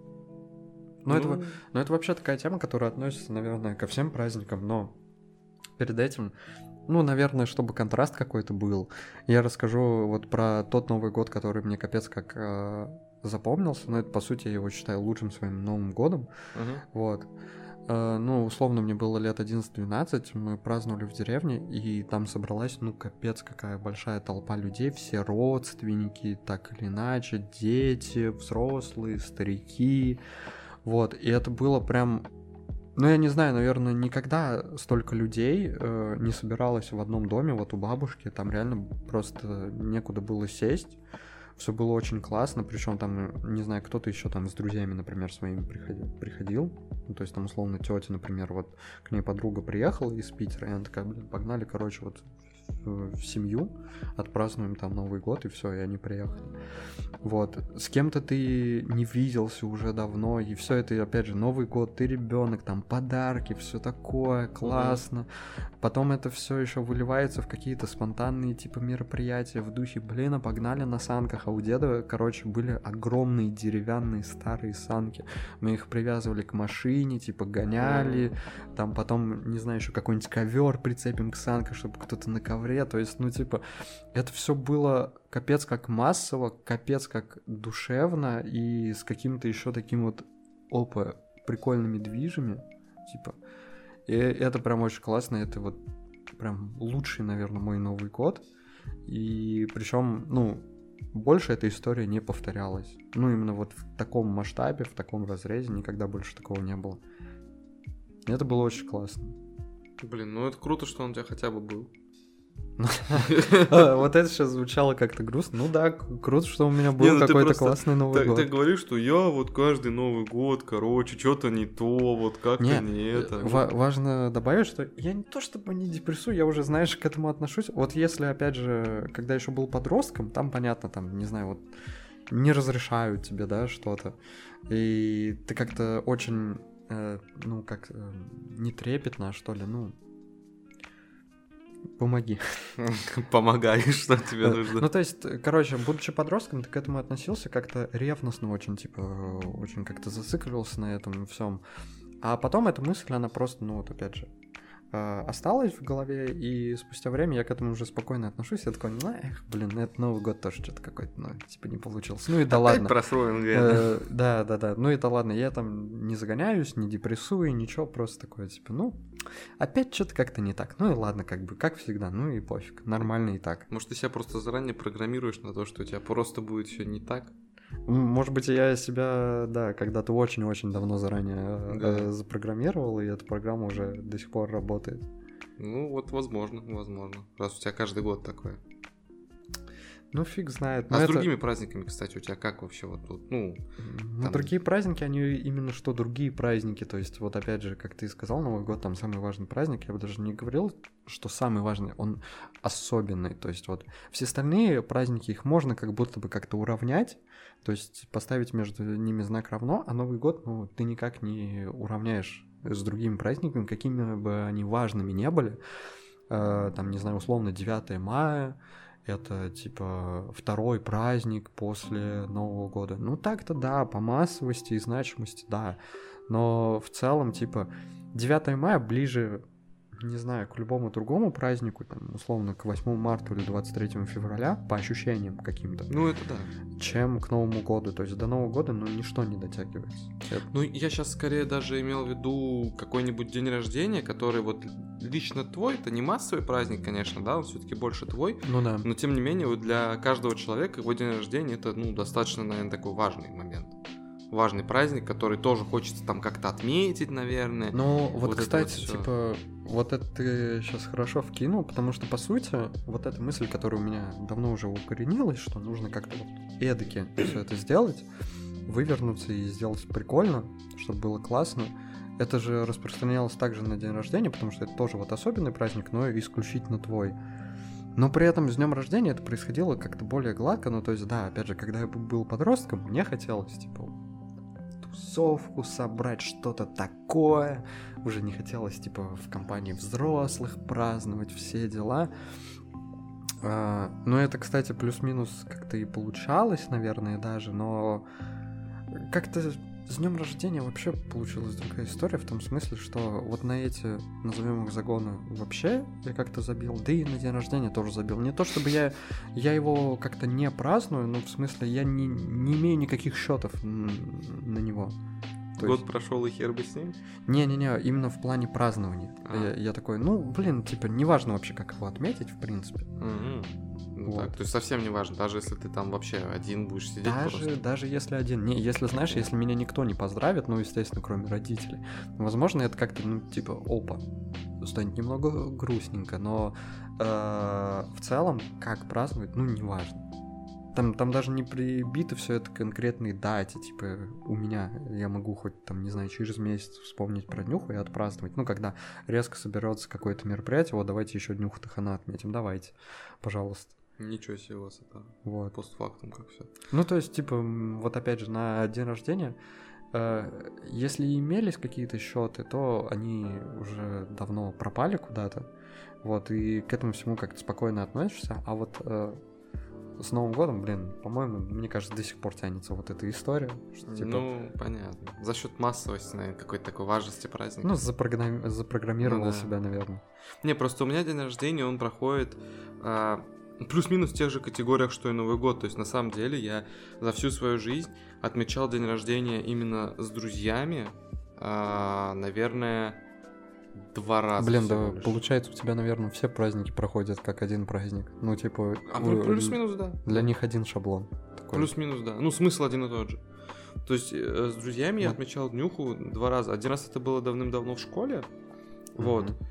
Но это вообще такая тема, которая относится, наверное, ко всем праздникам, но перед этим, ну, наверное, чтобы контраст какой-то был, я расскажу вот про тот Новый год, который мне капец как запомнился, но это, по сути, я его считаю лучшим своим Новым годом, вот. Ну, условно, мне было лет 11-12, мы праздновали в деревне, и там собралась, ну, капец, какая большая толпа людей, все родственники, так или иначе, дети, взрослые, старики, вот, и это было прям, ну, я не знаю, наверное, никогда столько людей не собиралось в одном доме, вот у бабушки, там реально просто некуда было сесть. Все было очень классно, причем там, не знаю, кто-то еще там с друзьями, например, своими приходил. Ну, то есть там, условно, тетя, например, вот к ней подруга приехала из Питера, и она такая, погнали, короче, вот в семью, отпразднуем там Новый год, и все, и они приехали. Вот. С кем-то ты не виделся уже давно, и все это, опять же, Новый год, ты ребенок, там подарки, все такое, классно. Потом это все еще выливается в какие-то спонтанные типа мероприятия в духе, а погнали на санках, а у деда, короче, были огромные деревянные старые санки. Мы их привязывали к машине, типа гоняли, там потом, не знаю, еще какой-нибудь ковер прицепим к санкам, чтобы кто-то на ковре, то есть, ну, типа, это все было капец как массово, капец как душевно и с каким-то еще таким вот, прикольными движами, типа, и это прям очень классно, это вот прям лучший, наверное, мой Новый год, и причем, ну, больше эта история не повторялась, ну, именно вот в таком масштабе, в таком разрезе никогда больше такого не было. И это было очень классно. Блин, ну это круто, что он у тебя хотя бы был. Вот это сейчас звучало как-то грустно. Ну да, круто, что у меня был какой-то классный Новый год. Ты говоришь, что я вот каждый Новый год, короче, что-то не то, вот как-то не это. Важно добавить, что я не то чтобы не депрессую, я уже, знаешь, к этому отношусь. Вот если, опять же, когда еще был подростком, там, понятно, там, не знаю, вот не разрешают тебе, да, что-то. И ты как-то очень, нетрепетно, что ли, помоги. Помогай, что тебе нужно. Ну, то есть, короче, будучи подростком, ты к этому относился как-то ревностно очень, типа, очень как-то зацикливался на этом всем. А потом эта мысль, она просто, опять же, осталась в голове, и спустя время я к этому уже спокойно отношусь. Я такой, это Новый год тоже что-то какой-то, не получился. Ну и да ладно. Опять про НГ. Да. Ну и да ладно, я там не загоняюсь, не депрессую, ничего, просто такое, типа, опять что-то как-то не так. Ну и ладно, как всегда, ну и пофиг, нормально и так. Может, ты себя просто заранее программируешь на то, что у тебя просто будет все не так? Может быть, я себя, да, когда-то очень-очень давно заранее запрограммировал, и эта программа уже до сих пор работает. Ну, вот возможно. Раз у тебя каждый год такое. Ну, фиг знает. А с другими праздниками, кстати, у тебя как вообще вот тут, другие праздники, они именно что другие праздники. То есть, вот опять же, как ты сказал, Новый год там самый важный праздник. Я бы даже не говорил, что самый важный, он особенный. То есть, вот все остальные праздники, их можно как будто бы как-то уравнять. То есть, поставить между ними знак равно, а Новый год, ты никак не уравняешь с другими праздниками, какими бы они важными не были. Там, не знаю, условно, 9 мая, это, типа, второй праздник после Нового года. Ну, так-то да, по массовости и значимости, да. Но в целом, типа, 9 мая ближе, не знаю, к любому другому празднику, там, условно, к 8 марта или 23 февраля, по ощущениям каким-то. Ну, это да. Чем к Новому году. То есть до Нового года, ничто не дотягивается. Ну, я сейчас скорее даже имел в виду какой-нибудь день рождения, который вот лично твой, это не массовый праздник, конечно, да, он все-таки больше твой. Ну да. Но тем не менее, вот для каждого человека его день рождения это, достаточно, наверное, такой важный момент. Важный праздник, который тоже хочется там как-то отметить, наверное. Ну, вот кстати, типа, вот это ты сейчас хорошо вкинул, потому что, по сути, вот эта мысль, которая у меня давно уже укоренилась, что нужно как-то вот эдаки все это сделать, вывернуться и сделать прикольно, чтобы было классно. Это же распространялось также на день рождения, потому что это тоже вот особенный праздник, но исключительно твой. Но при этом с днем рождения это происходило как-то более гладко, то есть, да, опять же, когда я был подростком, мне хотелось, типа, тусовку собрать, что-то такое. Уже не хотелось, типа, в компании взрослых праздновать все дела. Ну, это, кстати, плюс-минус как-то и получалось, наверное, даже, но как-то с днем рождения вообще получилась другая история, в том смысле, что вот на эти, назовем их, загоны вообще я как-то забил, да и на день рождения тоже забил. Не то чтобы я его как-то не праздную, но в смысле я не имею никаких счетов на него. Год прошел и хер бы с ним? Не-не-не, именно в плане празднования. Я такой, типа, неважно вообще, как его отметить, в принципе. Вот. Так, то есть совсем не важно, даже если ты там вообще один будешь сидеть даже если один. Не, если, знаешь, если меня никто не поздравит, естественно, кроме родителей, возможно, это как-то, опа, станет немного грустненько, но в целом, как праздновать, неважно. Там даже не прибито все это к конкретной дате, типа, у меня, я могу хоть, там, не знаю, через месяц вспомнить про днюху и отпраздновать. Когда резко соберется какое-то мероприятие, вот, давайте еще днюху Тахана отметим, давайте, пожалуйста. Ничего себе у вас это вот. Постфактум как все. То есть, типа, вот опять же, на день рождения, если имелись какие-то счеты, то они уже давно пропали куда-то, вот, и к этому всему как-то спокойно относишься, а вот с Новым годом, по-моему, мне кажется, до сих пор тянется вот эта история. Что, типа... понятно. За счет массовости, наверное, какой-то такой важности праздника. Запрограммировал себя, наверное. Не, просто у меня день рождения, он проходит плюс-минус в тех же категориях, что и Новый год. То есть, на самом деле, я за всю свою жизнь отмечал день рождения именно с друзьями, наверное, 2 раза. Да, получается, у тебя, наверное, все праздники проходят как один праздник. Типа... плюс-минус, да. Для них один шаблон. Такой. Плюс-минус, да. Смысл один и тот же. То есть, с друзьями я отмечал днюху 2 раза. Один раз это было давным-давно в школе. Вот.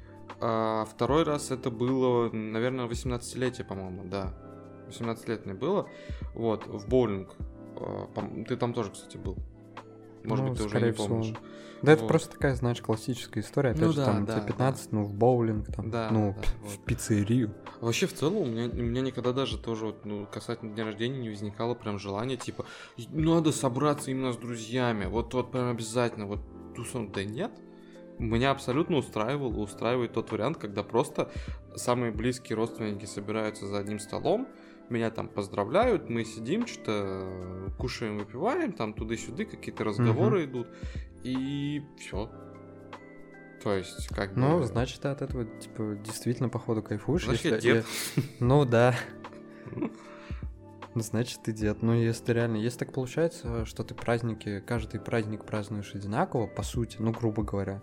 А второй раз это было, наверное, 18-летие, по-моему, да. 18 лет мне было. Вот, в боулинг. Ты там тоже, кстати, был. Может быть, ты уже не помнишь. Да, это просто такая, знаешь, классическая история. Опять же, там тебе 15, ну, в боулинг, там, в пиццерию. Вообще, в целом, у меня никогда даже тоже, касательно дня рождения не возникало прям желания, типа, надо собраться именно с друзьями. Вот прям обязательно. Вот тусом, да нет. Меня абсолютно устраивает тот вариант, когда просто самые близкие родственники собираются за одним столом, меня там поздравляют, мы сидим, что-то кушаем, выпиваем, там туда-сюда какие-то разговоры идут, и все. То есть, как бы... Ну, значит, ты от этого, типа, действительно, походу, кайфуешь. Значит, я дед. Ну, да. Значит, ты дед. Ну, если реально... Если так получается, что ты каждый праздник празднуешь одинаково, по сути, ну, грубо говоря,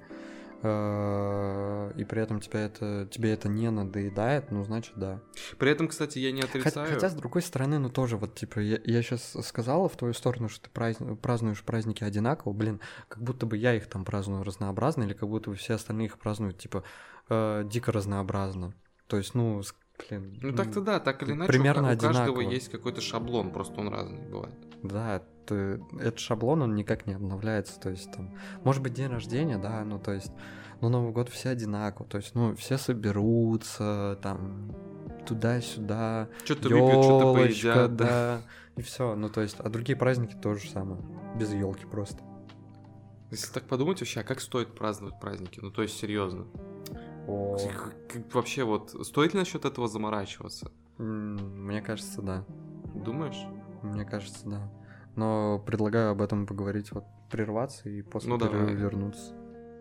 и при этом тебе это не надоедает, ну, значит, да. При этом, кстати, я не отрицаю... Хотя, с другой стороны, ну, тоже вот, типа, я сейчас сказала в твою сторону, что ты празднуешь праздники одинаково, блин, как будто бы я их там праздную разнообразно, или как будто бы все остальные их празднуют, типа, дико разнообразно. То есть, ну, блин... Ну, так-то да, так или иначе, примерно у каждого одинаково. есть какой-то шаблон, просто он разный бывает. Да, этот шаблон, он никак не обновляется, то есть там, может быть, день рождения, да, ну, то есть, ну, Новый год все одинаково, то есть, ну, все соберутся, там, туда-сюда, что-то выпьют, что-то поедят, да, и все, ну, то есть, а другие праздники тоже же самое, без елки просто. Если так подумать вообще, а как стоит праздновать праздники? Ну, то есть, серьезно. Вообще, вот, стоит ли насчет этого заморачиваться? Мне кажется, да. Думаешь? Мне кажется, да. Но предлагаю об этом поговорить, вот прерваться и после перерыва вернуться.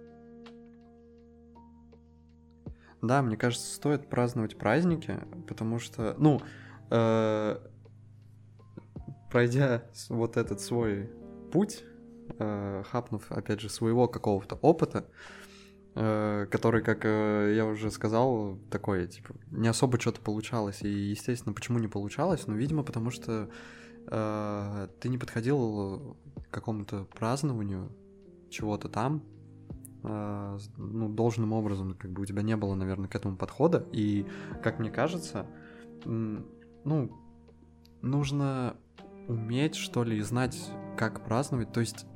Да, мне кажется, стоит праздновать праздники, потому что, ну, пройдя вот этот свой путь, хапнув, опять же, своего какого-то опыта, который, как я уже сказал, такой, типа, не особо что-то получалось. И, естественно, почему не получалось? Ну, видимо, потому что ты не подходил к какому-то празднованию чего-то там, ну, должным образом, как бы у тебя не было, наверное, к этому подхода. И, как мне кажется, ну, нужно уметь, что ли, и знать, как праздновать. То есть...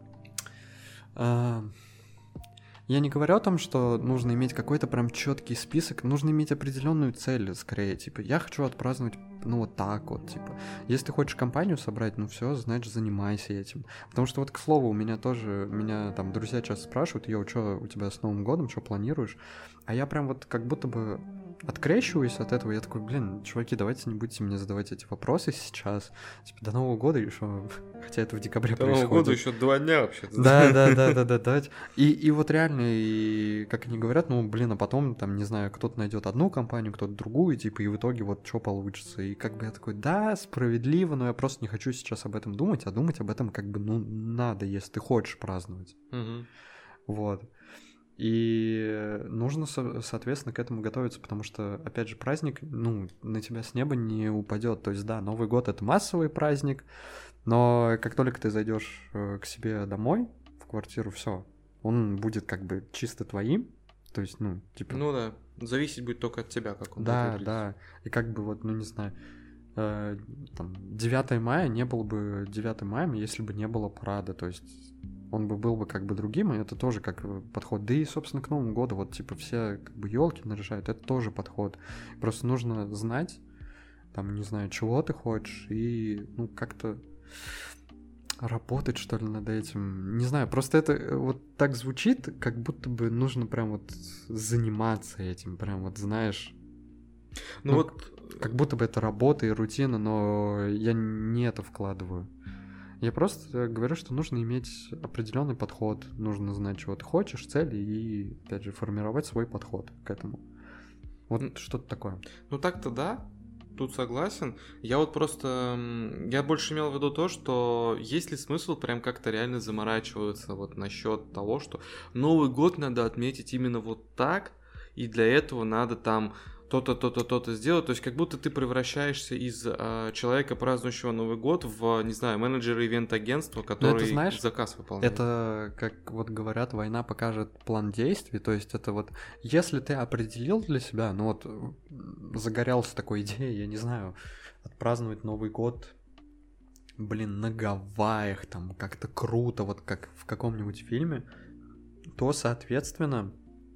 Я не говорю о том, что нужно иметь какой-то прям четкий список, нужно иметь определенную цель, скорее, типа, я хочу отпраздновать, ну, вот так вот, типа. Если ты хочешь компанию собрать, ну, все, значит, занимайся этим. Потому что вот, к слову, у меня там друзья часто спрашивают, что у тебя с Новым годом, что планируешь? А я прям вот как будто бы открещиваюсь от этого, я такой, блин, чуваки, давайте не будете мне задавать эти вопросы сейчас. Типа, до Нового года еще, хотя это в декабре происходит. До Нового года еще 2 дня вообще-то. Да, давайте. И вот реально, и как они говорят, ну, блин, а потом, там, не знаю, кто-то найдет одну компанию, кто-то другую, типа, и в итоге вот что получится. И как бы я такой, да, справедливо, но я просто не хочу сейчас об этом думать, а думать об этом как бы, ну, надо, если ты хочешь праздновать. Вот. И нужно, соответственно, к этому готовиться, потому что, опять же, праздник, ну, на тебя с неба не упадет. То есть, да, Новый год — это массовый праздник, но как только ты зайдешь к себе домой, в квартиру, все, он будет как бы чисто твоим. То есть, ну, типа... Ну да, зависеть будет только от тебя, как он будет выглядеть. Да, и как бы вот, ну, не знаю, там, 9 мая не было бы 9 маем, если бы не было парада, то есть... Он был бы как бы другим, и это тоже как подход. Да и, собственно, к Новому году, вот, типа, все как бы елки наряжают, это тоже подход. Просто нужно знать, там, не знаю, чего ты хочешь, и, ну, как-то работать, что ли, над этим. Не знаю, просто это вот так звучит, как будто бы нужно прям вот заниматься этим, прям вот, знаешь... Ну вот... Как будто бы это работа и рутина, но я не это вкладываю. Я просто говорю, что нужно иметь определенный подход, нужно знать, чего ты хочешь, цели, и, опять же, формировать свой подход к этому. Вот что-то такое. Ну так-то да, тут согласен. Я вот просто... Я больше имел в виду то, что есть ли смысл прям как-то реально заморачиваться вот насчет того, что Новый год надо отметить именно вот так, и для этого надо там то-то, то-то, то-то сделать. То есть как будто ты превращаешься из человека, празднующего Новый год, в, не знаю, менеджера ивент-агентства, который знаешь, заказ выполняет. Это, как вот говорят, война покажет план действий. То есть это вот, если ты определил для себя, ну вот загорелся такой идеей, я не знаю, отпраздновать Новый год, блин, на Гавайях, там как-то круто, вот как в каком-нибудь фильме, то, соответственно,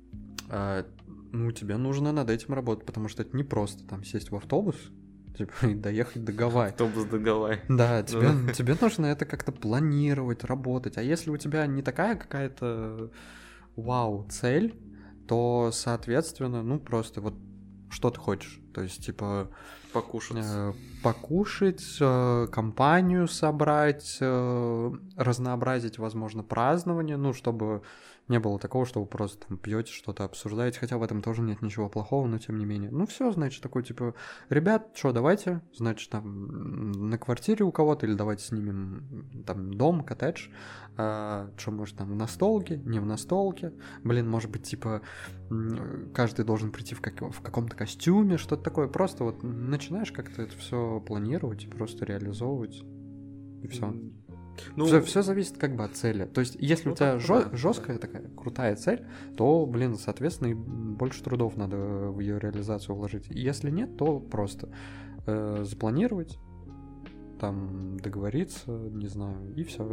ну, тебе нужно над этим работать, потому что это не просто там сесть в автобус, типа, и доехать до Гавайи. Автобус до Гавайи. Да, тебе нужно это как-то планировать, работать. А если у тебя не такая какая-то вау-цель, то, соответственно, ну, просто вот что ты хочешь. То есть, типа... Покушать, компанию собрать, разнообразить, возможно, празднование, ну, чтобы не было такого, что вы просто там пьете, что-то обсуждаете, хотя в этом тоже нет ничего плохого, но тем не менее. Ну, все, значит, такой, типа, ребят, что, давайте, значит, там, на квартире у кого-то, или давайте снимем, там, дом, коттедж, что, может, там, в настолке, не в настолке, блин, может быть, типа, каждый должен прийти в каком-то костюме, что-то такое, просто вот начинаешь как-то это все планировать и просто реализовывать, и все. Ну, все зависит как бы от цели. То есть, если у тебя жесткая такая крутая цель, то, блин, соответственно, и больше трудов надо в ее реализацию вложить. Если нет, то просто запланировать, там договориться, не знаю, и все.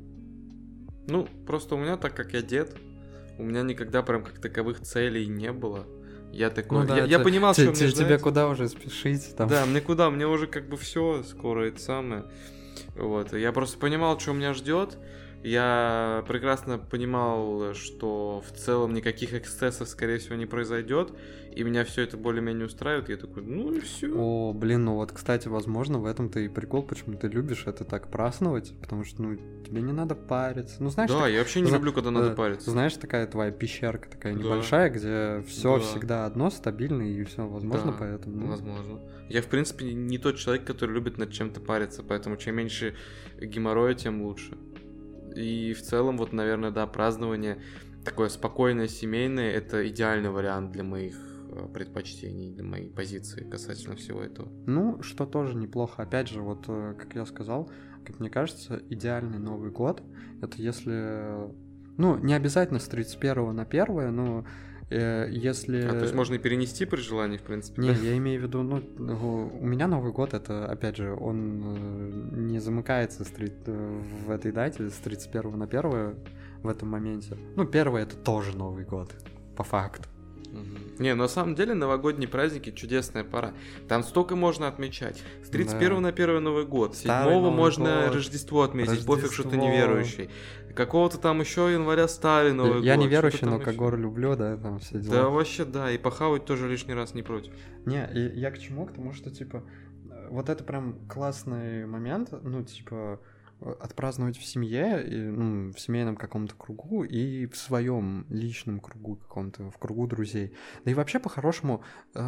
Ну, просто у меня, так как я дед, у меня никогда прям как таковых целей не было. Я такой, ну, да, я понимал, что мне ждать. Тебе куда уже спешить? Там. Да, мне куда, мне уже как бы все скоро это самое. Вот, я просто понимал, что меня ждет. Я прекрасно понимал, что в целом никаких эксцессов, скорее всего, не произойдет, и меня все это более-менее устраивает. Я такой, ну и все. О, блин, ну вот, кстати, возможно, в этом-то и прикол, почему ты любишь это так праздновать, потому что, ну, тебе не надо париться. Ну, знаешь, да, я вообще не люблю, когда надо париться. Знаешь, такая твоя пещерка такая небольшая, где все всегда одно, стабильно, и все возможно, поэтому. Ну... Возможно. Я, в принципе, не тот человек, который любит над чем-то париться, поэтому чем меньше геморроя, тем лучше. И в целом, вот, наверное, да, празднование такое спокойное, семейное, это идеальный вариант для моих предпочтений, для моей позиции касательно всего этого. Ну, что тоже неплохо. Опять же, вот, как я сказал, как мне кажется, идеальный Новый год, это если... Ну, не обязательно с 31 на 1, но если... то есть можно и перенести при желании, в принципе? Не, я имею в виду, ну, у меня Новый год, это, опять же, он не замыкается в этой дате с 31 на 1 в этом моменте. Ну, 1 это тоже Новый год, по факту. Не, на самом деле новогодние праздники чудесная пора. Там столько можно отмечать. С 31 на 1 Новый год, 7 можно Рождество отметить, пофиг, что ты неверующий. Какого-то там еще января старый Новый год. Я не верующий, но Когор люблю, да, там все дела. Да, вообще, да, и похавать тоже лишний раз не против. Не, я к чему? К тому, что, типа, вот это прям классный момент, ну, типа... отпраздновать в семье, ну, в семейном каком-то кругу и в своем личном кругу каком-то, в кругу друзей. Да и вообще, по-хорошему,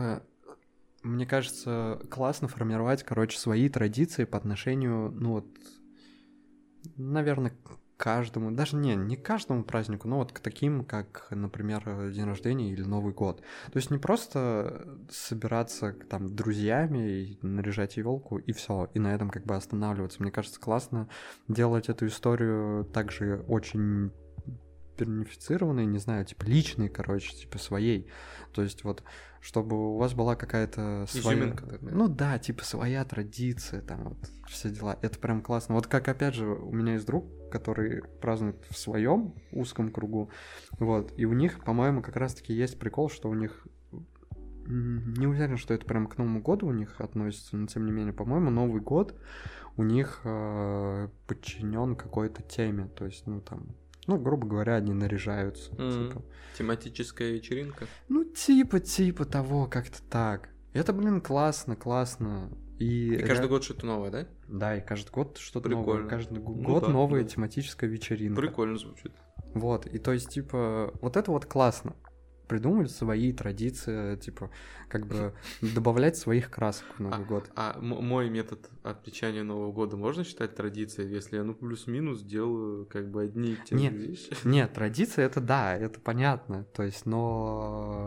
мне кажется, классно формировать, короче, свои традиции по отношению, ну вот, наверное, к каждому, даже не к каждому празднику, но вот к таким, как, например, день рождения или Новый год. То есть не просто собираться там друзьями и наряжать елку и все, и на этом как бы останавливаться. Мне кажется, классно делать эту историю также очень персонифицированной, не знаю, типа личной, короче, типа своей. То есть вот, чтобы у вас была какая-то своя... Ну да, типа своя традиция, там вот все дела. Это прям классно. Вот как, опять же, у меня есть друг, который празднует в своем узком кругу, вот, и у них, по-моему, как раз-таки есть прикол, что у них... Не уверен, что это прям к Новому году у них относится, но тем не менее, по-моему, Новый год у них подчинен какой-то теме, то есть, ну там... Ну, грубо говоря, они наряжаются. Типа. Тематическая вечеринка? Ну, типа того, как-то так. Это, блин, классно. И каждый год что-то новое, да? Да, и каждый год что-то Прикольно. новое. Каждый год новая тематическая вечеринка. Прикольно звучит. Вот, и то есть, типа, вот это вот классно. Придумали свои традиции, типа, как бы добавлять своих красок в Новый год. А мой метод отмечания Нового года можно считать традицией, если я, ну, плюс-минус делаю как бы одни и те же вещи? Нет, традиция это да, это понятно, то есть, но, ну,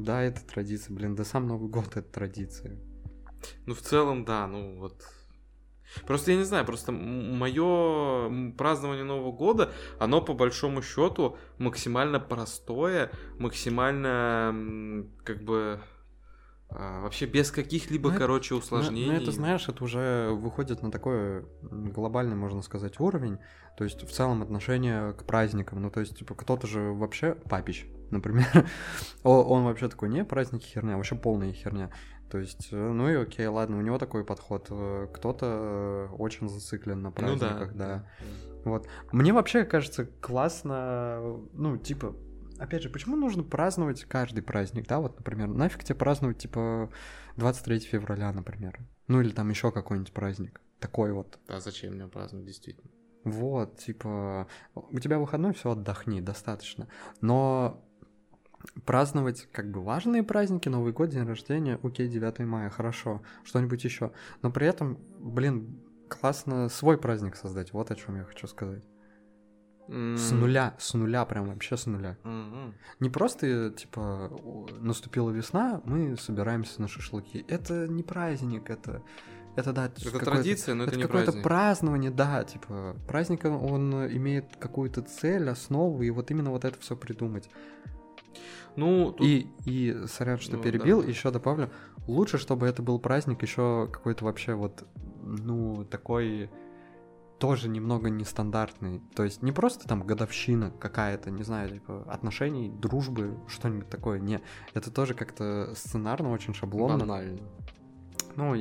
да, это традиция, блин, да сам Новый год это традиция. Ну, в целом, да, ну вот. Просто я не знаю, просто мое празднование Нового года, оно по большому счету максимально простое, максимально как бы вообще без каких-либо, короче, усложнений. Ну, это, знаешь, это уже выходит на такой глобальный, можно сказать, уровень. То есть, в целом, отношение к праздникам. Ну, то есть, типа, кто-то же вообще папич, например. Он вообще такой, не, праздники херня, вообще полная херня. То есть, ну и окей, ладно, у него такой подход. Кто-то очень зациклен на праздниках, да. Вот. Мне вообще кажется классно, ну, типа, опять же, почему нужно праздновать каждый праздник, да, вот, например, нафиг тебе праздновать, типа, 23 февраля, например, ну, или там еще какой-нибудь праздник, такой вот. Да, зачем мне праздновать, действительно? Вот, типа, у тебя выходной, все, отдохни, достаточно, но праздновать, как бы, важные праздники, Новый год, день рождения, окей, 9 мая, хорошо, что-нибудь еще, но при этом, блин, классно свой праздник создать, вот о чем я хочу сказать. С нуля, прям вообще с нуля. Не просто, типа, наступила весна, мы собираемся на шашлыки. Это не праздник, это да. Это традиция, но это не праздник. Это какое-то празднование, да, типа, праздник, он имеет какую-то цель, основу, и вот именно вот это все придумать. Ну, тут... И сорян, что перебил, да. Еще добавлю, лучше, чтобы это был праздник еще какой-то вообще вот, ну, такой... тоже немного нестандартный. То есть не просто там годовщина какая-то, не знаю, типа отношений, дружбы, что-нибудь такое. Не, это тоже как-то сценарно, очень шаблонно. Банально. Ну,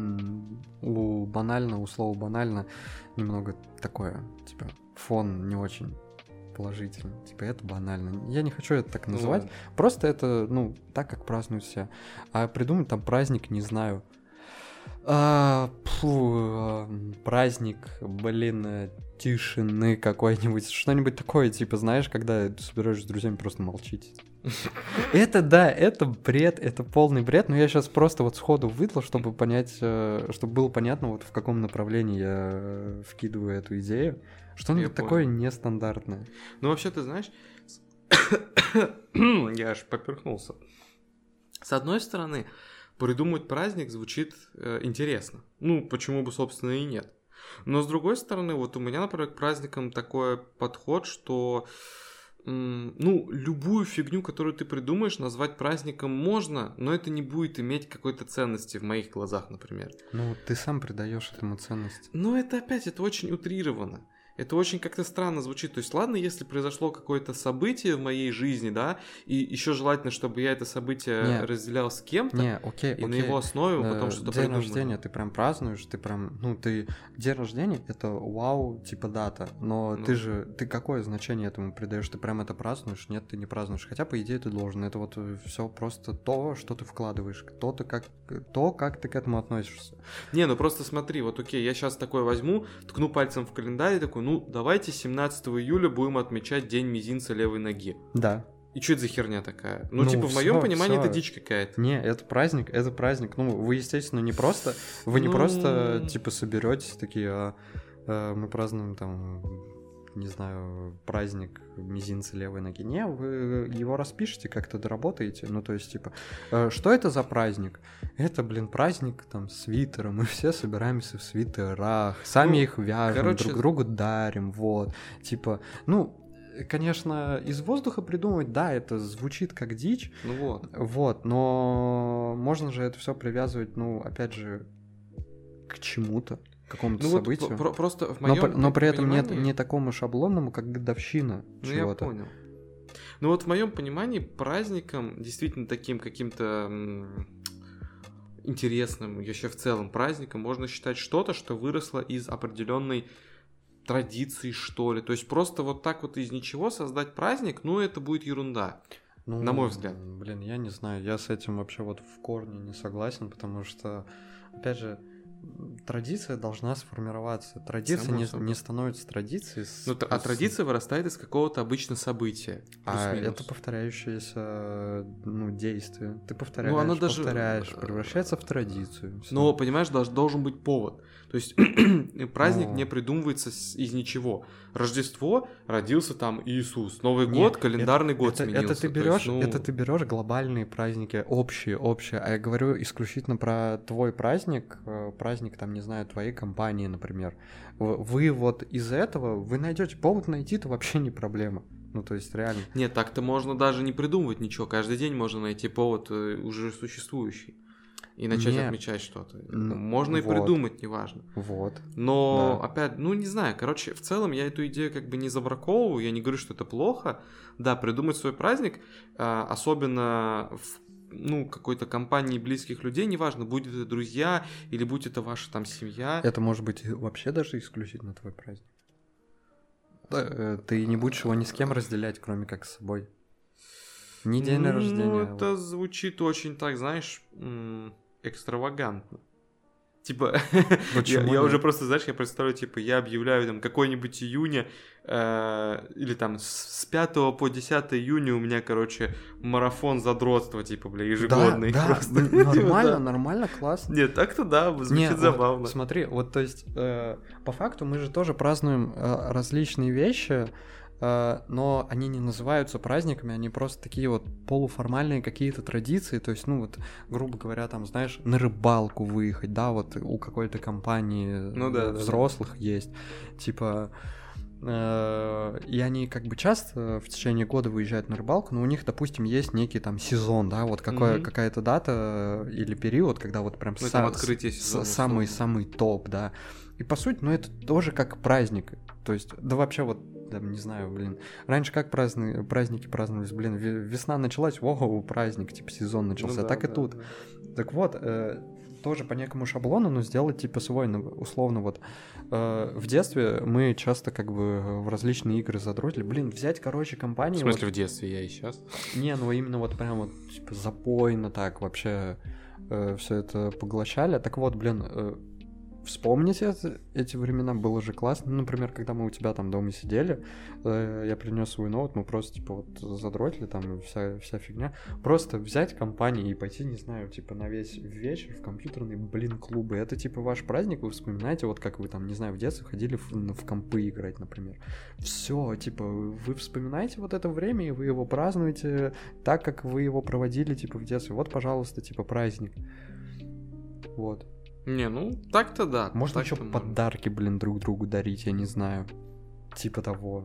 у слова банально немного такое, типа, фон не очень положительный. Типа, это банально. Я не хочу это так называть. Просто это, ну, так, как празднуют все. А придумать там праздник, не знаю. Праздник, блин, тишины какой-нибудь, что-нибудь такое, типа, знаешь, когда ты собираешься с друзьями, просто молчите. Это, да, это бред, это полный бред, но я сейчас просто вот сходу выдал, чтобы понять, чтобы было понятно, вот в каком направлении я вкидываю эту идею. Что-нибудь такое нестандартное. Ну, вообще, ты знаешь, я аж поперхнулся. С одной стороны, придумать праздник звучит интересно. Ну, почему бы, собственно, и нет. Но, с другой стороны, вот у меня, например, к праздникам такой подход, что, ну, любую фигню, которую ты придумаешь, назвать праздником можно, но это не будет иметь какой-то ценности в моих глазах, например. Ну, ты сам придаешь этому ценность. Но это опять, это очень утрированно. Это очень как-то странно звучит. То есть, ладно, если произошло какое-то событие в моей жизни, да, и еще желательно, чтобы я это событие разделял с кем-то, и на его основе потом что-то придумал. День рождения ты прям празднуешь, ты прям, ну, день рождения — это вау, типа дата, но ты какое значение этому придаешь? Ты прям это празднуешь? Нет, ты не празднуешь. Хотя, по идее, ты должен. Это вот все просто то, что ты вкладываешь, как ты к этому относишься. Не, ну просто смотри, вот окей, я сейчас такое возьму, ткну пальцем в календарь и такой, ну, давайте 17 июля будем отмечать день мизинца левой ноги. Да. И что это за херня такая? Ну типа, в моем понимании это дичь какая-то. Не, это праздник. Ну, вы, естественно, не просто, типа, соберетесь такие, мы празднуем там, не знаю, праздник мизинца левой ноги. Не, вы его распишете, как-то доработаете. Ну, то есть, типа, что это за праздник? Это, блин, праздник там свитера. Мы все собираемся в свитерах, сами их вяжем, друг другу дарим, вот. Типа, ну, конечно, из воздуха придумывать, да, это звучит как дичь. Ну вот. Вот, но можно же это все привязывать, ну, опять же, к чему-то. Какому-то событию. Вот, просто в моем но при этом не такому шаблонному, как годовщина чего-то. Я понял. Ну вот в моем понимании праздником, действительно таким каким-то интересным, еще в целом праздником, можно считать что-то, что выросло из определенной традиции, что ли. То есть просто вот так вот из ничего создать праздник, ну это будет ерунда. Ну, на мой взгляд. Блин, я не знаю, я с этим вообще вот в корне не согласен, потому что, опять же, традиция должна сформироваться. Традиция не становится традицией. Традиция вырастает из какого-то обычно события. А это повторяющееся, ну, действие. Ты Ну, оно даже... повторяешь, превращается в традицию. Всё. Но, понимаешь, должен быть повод. То есть праздник не придумывается из ничего. Рождество родился там Иисус. Новый год, календарный год сменился. Это ты берешь глобальные праздники, общие. А я говорю исключительно про твой праздник там, не знаю, твоей компании, например. Вы вот из этого, вы найдете повод найти-то вообще не проблема. Ну, то есть, реально. Нет, так-то можно даже не придумывать ничего. Каждый день можно найти повод уже существующий. И начать отмечать что-то. Можно и придумать, неважно. Вот. Но, опять, не знаю, короче, в целом я эту идею как бы не забраковываю, я не говорю, что это плохо. Да, придумать свой праздник, особенно в какой-то компании близких людей, неважно, будет это друзья или будет это ваша там семья. Это может быть вообще даже исключительно твой праздник. Ты не будешь его ни с кем разделять, кроме как с собой. Не день рождения. Ну, это звучит очень так, знаешь, экстравагантно. Типа, я уже просто, знаешь, я представляю, типа, я объявляю там какой-нибудь июня, или там с 5 по 10 июня у меня, короче, марафон задротства, типа, ежегодный. Да, нормально, классно. Нет, так-то да, звучит забавно. Смотри, вот, то есть, по факту мы же тоже празднуем различные вещи, но они не называются праздниками, они просто такие вот полуформальные какие-то традиции, то есть, грубо говоря, там, знаешь, на рыбалку выехать, да, вот у какой-то компании взрослых есть, типа, и они как бы часто в течение года выезжают на рыбалку, но у них, допустим, есть некий там сезон, да, вот какая-то дата или период, когда вот прям самый топ, да, и по сути, это тоже как праздник, то есть, да вообще вот, не знаю, раньше как праздники праздновались, весна началась, праздник, типа сезон начался, так и тут. Так вот, тоже по некому шаблону, но сделать типа свой, условно, вот в детстве мы часто как бы в различные игры задротили, взять, короче, компанию... В смысле в детстве, я и сейчас? Не, именно вот прям вот типа запойно так вообще все это поглощали, так вот, вспомните эти времена, было же классно. Например, когда мы у тебя там дома сидели, я принес свой ноут, мы просто типа вот задротили там вся фигня. Просто взять компанию и пойти, не знаю, типа на весь вечер в компьютерные, клубы. Это типа ваш праздник, вы вспоминаете, вот как вы там, не знаю, в детстве ходили в компы играть, например. Все, типа, вы вспоминаете вот это время, и вы его празднуете так, как вы его проводили, типа, в детстве. Вот, пожалуйста, типа, праздник. Вот. Не, так-то да. Можно еще подарки, друг другу дарить, я не знаю. Типа того.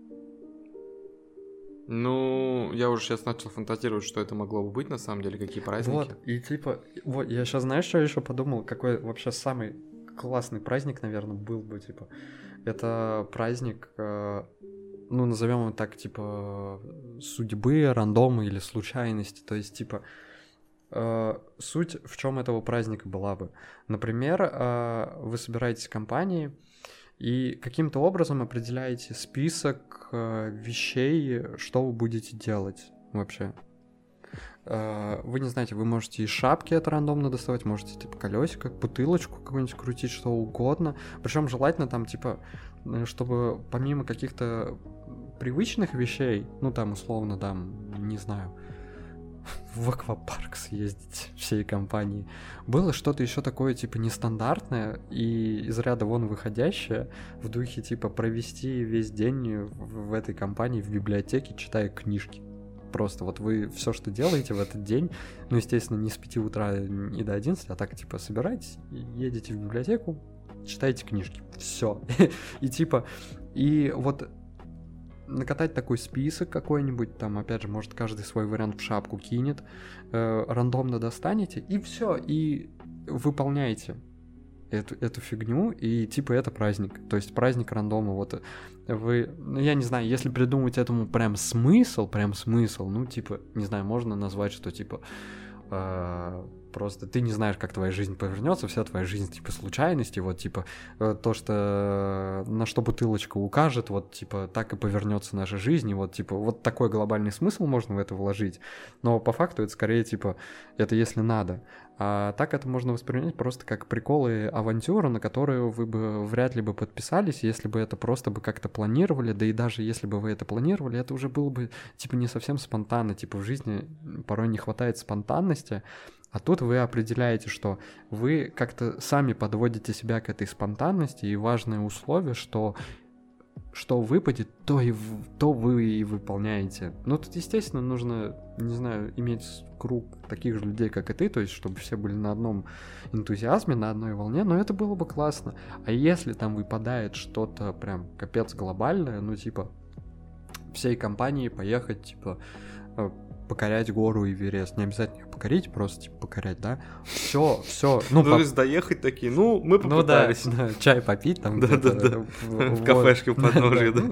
Я уже сейчас начал фантазировать, что это могло бы быть на самом деле, какие праздники. Вот, и типа, вот, я сейчас, знаешь, что еще подумал? Какой вообще самый классный праздник, наверное, был бы, типа. Это праздник, назовем его так, типа, судьбы, рандома или случайности. То есть, типа, суть в чем этого праздника была бы. Например, вы собираетесь в компании и каким-то образом определяете список вещей, что вы будете делать вообще. Вы не знаете, вы можете из шапки это рандомно доставать, можете типа колесико, бутылочку какую-нибудь крутить, что угодно. Причем желательно там типа, чтобы помимо каких-то привычных вещей, там условно, не знаю, в аквапарк съездить всей компанией. Было что-то еще такое, типа, нестандартное и из ряда вон выходящее, в духе, типа, провести весь день в этой компании, в библиотеке, читая книжки. Просто вот вы все, что делаете в этот день, естественно, не с 5 утра и до 11, а так, типа, собираетесь, едете в библиотеку, читаете книжки. Все. И типа, и вот накатать такой список какой-нибудь, там, опять же, может, каждый свой вариант в шапку кинет, рандомно достанете, и все, и выполняете эту фигню, и типа это праздник, то есть праздник рандома, вот вы, я не знаю, если придумать этому прям смысл, типа, не знаю, можно назвать, что типа просто ты не знаешь, как твоя жизнь повернется, вся твоя жизнь, типа, случайности, вот, типа, то, что на что бутылочка укажет, вот, типа, так и повернется наша жизнь, и вот, типа, вот такой глобальный смысл можно в это вложить, но по факту это скорее, типа, это если надо. А так это можно воспринять просто как приколы, авантюры, на которые вы бы вряд ли бы подписались, если бы это просто бы как-то планировали, да и даже если бы вы это планировали, это уже было бы, типа, не совсем спонтанно, типа, в жизни порой не хватает спонтанности, а тут вы определяете, что вы как-то сами подводите себя к этой спонтанности, и важное условие, что выпадет, то вы и выполняете. Ну, тут, естественно, нужно, не знаю, иметь круг таких же людей, как и ты, то есть, чтобы все были на одном энтузиазме, на одной волне, но это было бы классно. А если там выпадает что-то прям капец глобальное, ну, типа, всей компании поехать, типа, покорять гору Эверест. Не обязательно ее покорить, просто типа покорять, да? Все. Ну, то есть доехать такие, мы попытались. Ну да, чай попить там. Да. В кафешке у подножия, да.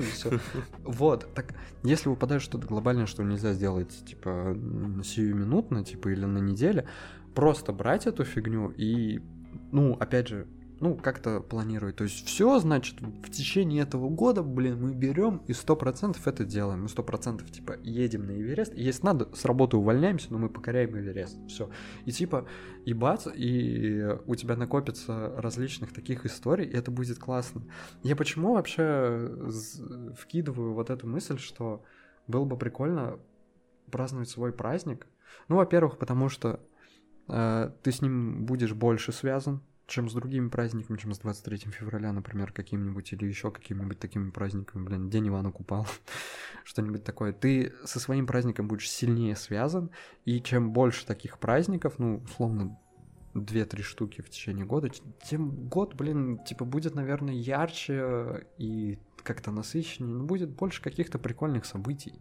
Вот, так, если выпадает что-то глобальное, что нельзя сделать, типа, сиюминутно, типа, или на неделе, просто брать эту фигню и, опять же, как-то планировать. То есть все, значит, в течение этого года, мы берем и 100% это делаем. Мы 100% типа едем на Эверест. И если надо, с работы увольняемся, но мы покоряем Эверест. Все. И типа, и бац, и у тебя накопится различных таких историй, и это будет классно. Я почему вообще вкидываю вот эту мысль, что было бы прикольно праздновать свой праздник? Во-первых, потому что ты с ним будешь больше связан, чем с другими праздниками, чем с 23 февраля, например, каким-нибудь, или еще какими-нибудь такими праздниками, День Ивана Купала, что-нибудь такое. Ты со своим праздником будешь сильнее связан, и чем больше таких праздников, условно, 2-3 штуки в течение года, тем год, будет, наверное, ярче и как-то насыщеннее, но будет больше каких-то прикольных событий.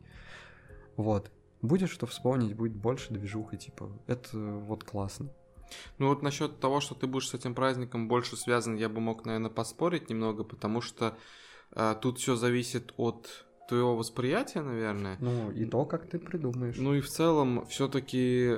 Вот. Будет что вспомнить, будет больше движухи, это вот классно. Вот насчет того, что ты будешь с этим праздником больше связан, я бы мог, наверное, поспорить немного, потому что тут все зависит от твоего восприятия, наверное. И то, как ты придумаешь. И в целом все-таки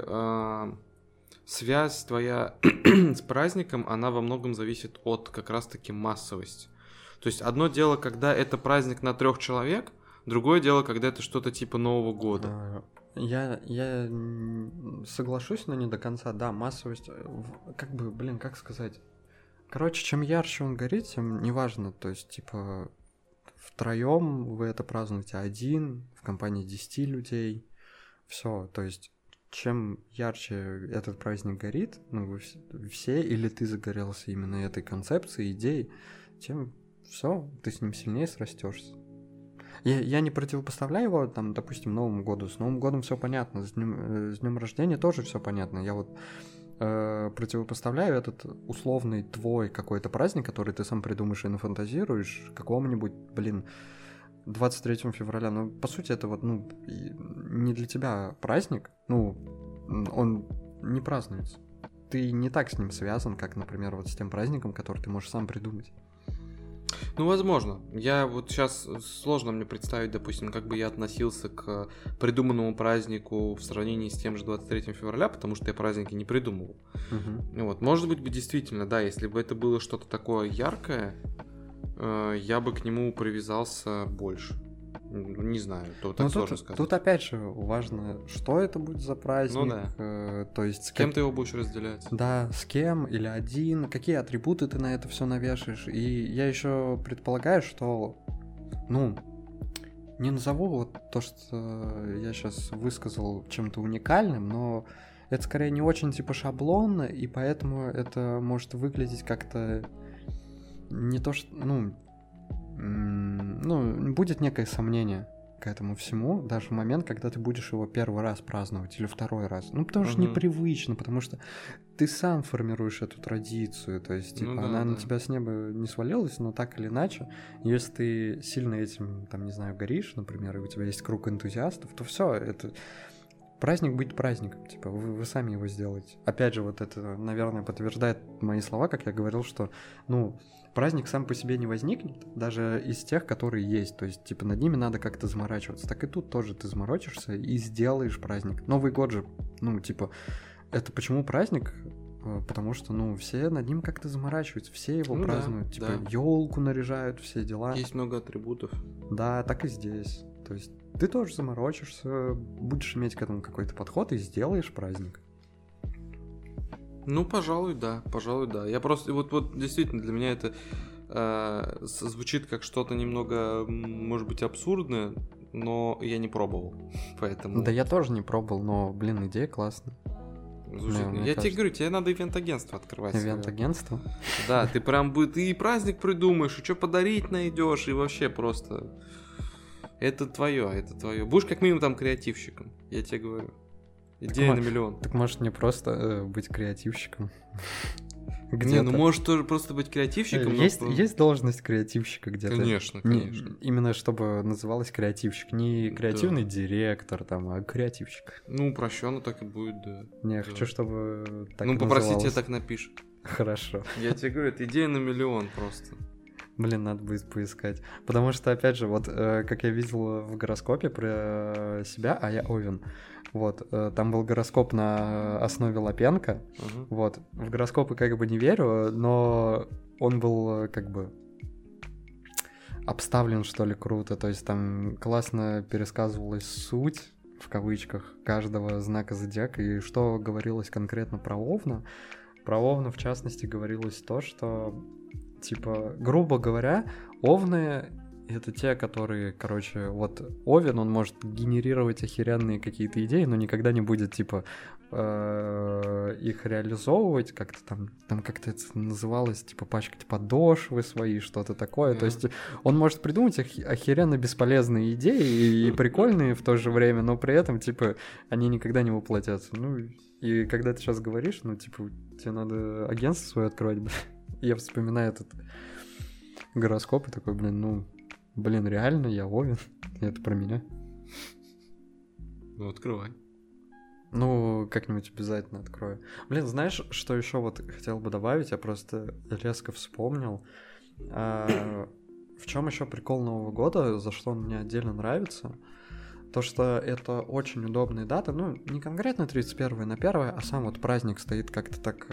связь твоя с праздником, она во многом зависит от как раз-таки массовости. То есть одно дело, когда это праздник на 3 человек, другое дело, когда это что-то типа Нового года. Я соглашусь, но не до конца. Да, массовость, как сказать? Короче, чем ярче он горит, тем неважно. То есть, типа, втроем вы это празднуете, один, в компании 10 людей. Все, то есть, чем ярче этот праздник горит, вы все, или ты загорелся именно этой концепцией, идеей, тем все, ты с ним сильнее срастешься. Я не противопоставляю его, там, допустим, Новому году. С Новым годом все понятно, с днем рождения тоже все понятно. Я вот противопоставляю этот условный твой какой-то праздник, который ты сам придумаешь и нафантазируешь, какому-нибудь, 23 февраля. По сути, это не для тебя праздник, он не празднуется. Ты не так с ним связан, как, например, вот с тем праздником, который ты можешь сам придумать. Возможно. Я вот сейчас сложно мне представить, допустим, как бы я относился к придуманному празднику в сравнении с тем же 23 февраля, потому что я праздники не придумывал. Может быть, действительно, да, если бы это было что-то такое яркое, я бы к нему привязался больше. Не знаю, то так сложно сказать. Тут опять же важно, что это будет за праздник. То есть с кем ты его будешь разделять? Да, с кем или один, какие атрибуты ты на это все навешаешь. И я еще предполагаю, что, не назову вот то, что я сейчас высказал чем-то уникальным, но это скорее не очень типа шаблонно, и поэтому это может выглядеть как-то не то, что, будет некое сомнение к этому всему, даже в момент, когда ты будешь его первый раз праздновать или второй раз. Потому что непривычно, потому что ты сам формируешь эту традицию, то есть, она на тебя с неба не свалилась, но так или иначе, если ты сильно этим, горишь, например, и у тебя есть круг энтузиастов, то все, это... Праздник будет праздником, вы сами его сделаете. Опять же, вот это, наверное, подтверждает мои слова, как я говорил, что, праздник сам по себе не возникнет, даже из тех, которые есть, то есть, над ними надо как-то заморачиваться. Так и тут тоже ты заморочишься и сделаешь праздник. Новый год же, это почему праздник? Потому что, ну, все над ним как-то заморачиваются, все его Ну да, празднуют, типа да. елку наряжают, все дела. Есть много атрибутов. Да, так и здесь. То есть ты тоже заморочишься, будешь иметь к этому какой-то подход и сделаешь праздник. Ну, пожалуй, да. Я просто, вот действительно, для меня это звучит как что-то немного, может быть, абсурдное, но я не пробовал, поэтому... Да я тоже не пробовал, но, блин, идея классная. Звучит... Мне Я кажется. тебе говорю, тебе надо ивент-агентство открывать. Ивент-агентство? Да, ты прям ты и праздник придумаешь, и что подарить найдешь, и вообще просто... Это твое. Будешь как минимум там креативщиком, я тебе говорю. Идея на миллион. Так может мне просто быть креативщиком? Не, ну можешь тоже просто быть креативщиком. Есть должность креативщика где-то? Конечно. Именно чтобы называлась креативщик. Не креативный директор там, а креативщик. Ну, упрощенно так и будет, да. Не, я хочу, чтобы так Ну, попроси, называлось. тебе так напишут. Хорошо. Я тебе говорю, это идея на миллион просто. Блин, надо будет поискать. Потому что, опять же, вот как я видел в гороскопе про себя, а я Овен, вот, там был гороскоп на основе Лапенко, вот, в гороскопы как бы не верю, но он был как бы обставлен, что ли, круто, то есть там классно пересказывалась суть, в кавычках, каждого знака зодиака, и что говорилось конкретно про Овна. Про Овна, в частности, говорилось то, что типа, грубо говоря, овны — это те, которые, короче, вот Овен, он может генерировать охеренные какие-то идеи, но никогда не будет, типа, их реализовывать, как-то там как-то это называлось, типа, пачкать подошвы свои, что-то такое. То есть он может придумать охеренно бесполезные идеи и прикольные в то же время, но при этом, типа, они никогда не воплотятся. Ну, и когда ты сейчас говоришь, ну, типа, тебе надо агентство свое открывать, я вспоминаю этот гороскоп и такой, блин, реально, я Овен, это про меня. Ну, открывай. Ну, как-нибудь обязательно открою. Блин, знаешь, что еще вот хотел бы добавить? Я просто резко вспомнил. В чем еще прикол Нового года, за что он мне отдельно нравится? То, что это очень удобная дата, ну, не конкретно 31 на 1, а сам вот праздник стоит как-то так...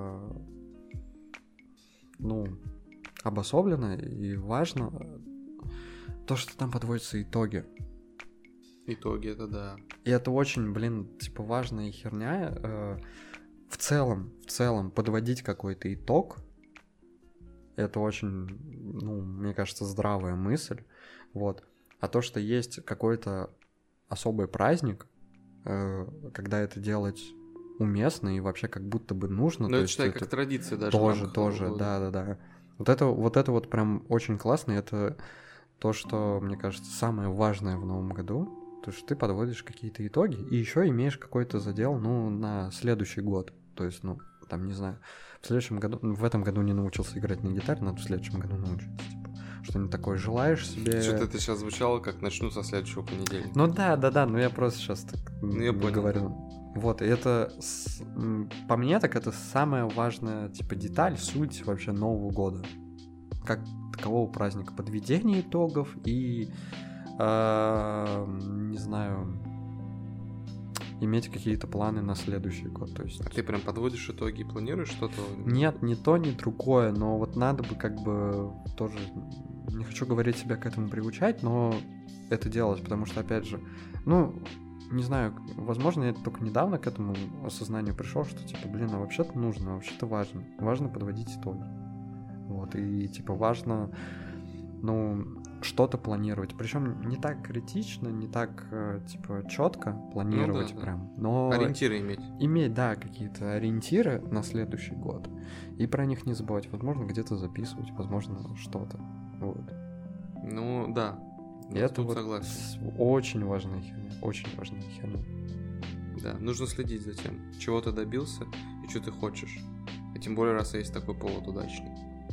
обособленно и важно то, что там подводятся итоги. Итоги, это да. И это очень, типа важная херня. В целом подводить какой-то итог, это очень, мне кажется, здравая мысль. Вот. А то, что есть какой-то особый праздник, когда это делать уместно и вообще как будто бы нужно. Ну, это считай, как традиция даже. Тоже, да. Вот это вот прям очень классно, это то, что, мне кажется, самое важное в Новом году, то, что ты подводишь какие-то итоги и еще имеешь какой-то задел, на следующий год. То есть, там, не знаю, в этом году не научился играть на гитаре, надо в следующем году научиться, типа, что-нибудь такое желаешь себе... Что-то это сейчас звучало, как начну со следующего понедельника. Ну да, я просто сейчас так я понял, говорю. Да. Вот, и это, по мне, так это самая важная, типа, деталь, суть вообще Нового года. Как такового праздника. Подведение итогов и, не знаю, иметь какие-то планы на следующий год. То есть... А ты прям подводишь итоги и планируешь что-то? Нет, ни то, ни другое, но вот надо бы как бы тоже... Не хочу говорить себя к этому приучать, но это делать, потому что, опять же, не знаю, возможно, я только недавно к этому осознанию пришел, что, типа, а вообще-то нужно, вообще-то важно. Важно подводить итоги. Вот, и, типа, важно, что-то планировать. Причем не так критично, не так, типа, четко планировать прям. Но ориентиры иметь. Иметь, да, какие-то ориентиры на следующий год. И про них не забывать. Возможно, где-то записывать, возможно, что-то. Вот. Ну, да. Это вот очень важная херня. Очень важная херня. Да, нужно следить за тем, чего ты добился и что ты хочешь. И тем более, раз есть такой повод удачный.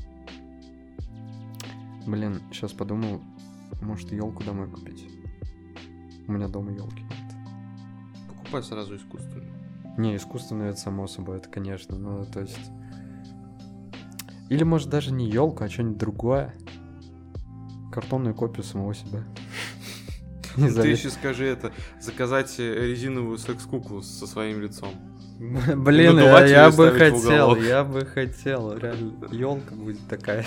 Блин, сейчас подумал, может, елку домой купить. У меня дома елки нет. Покупай сразу искусственную. Не, искусственную, это само собой, это, конечно, то есть... Или, может, даже не елку, а что-нибудь другое. Картонную копию самого себя. Ты еще скажи это, заказать резиновую секс-куклу со своим лицом. Блин, надувать я её и бы ставить в хотел, уголок. я бы хотел. Реально, елка будет такая.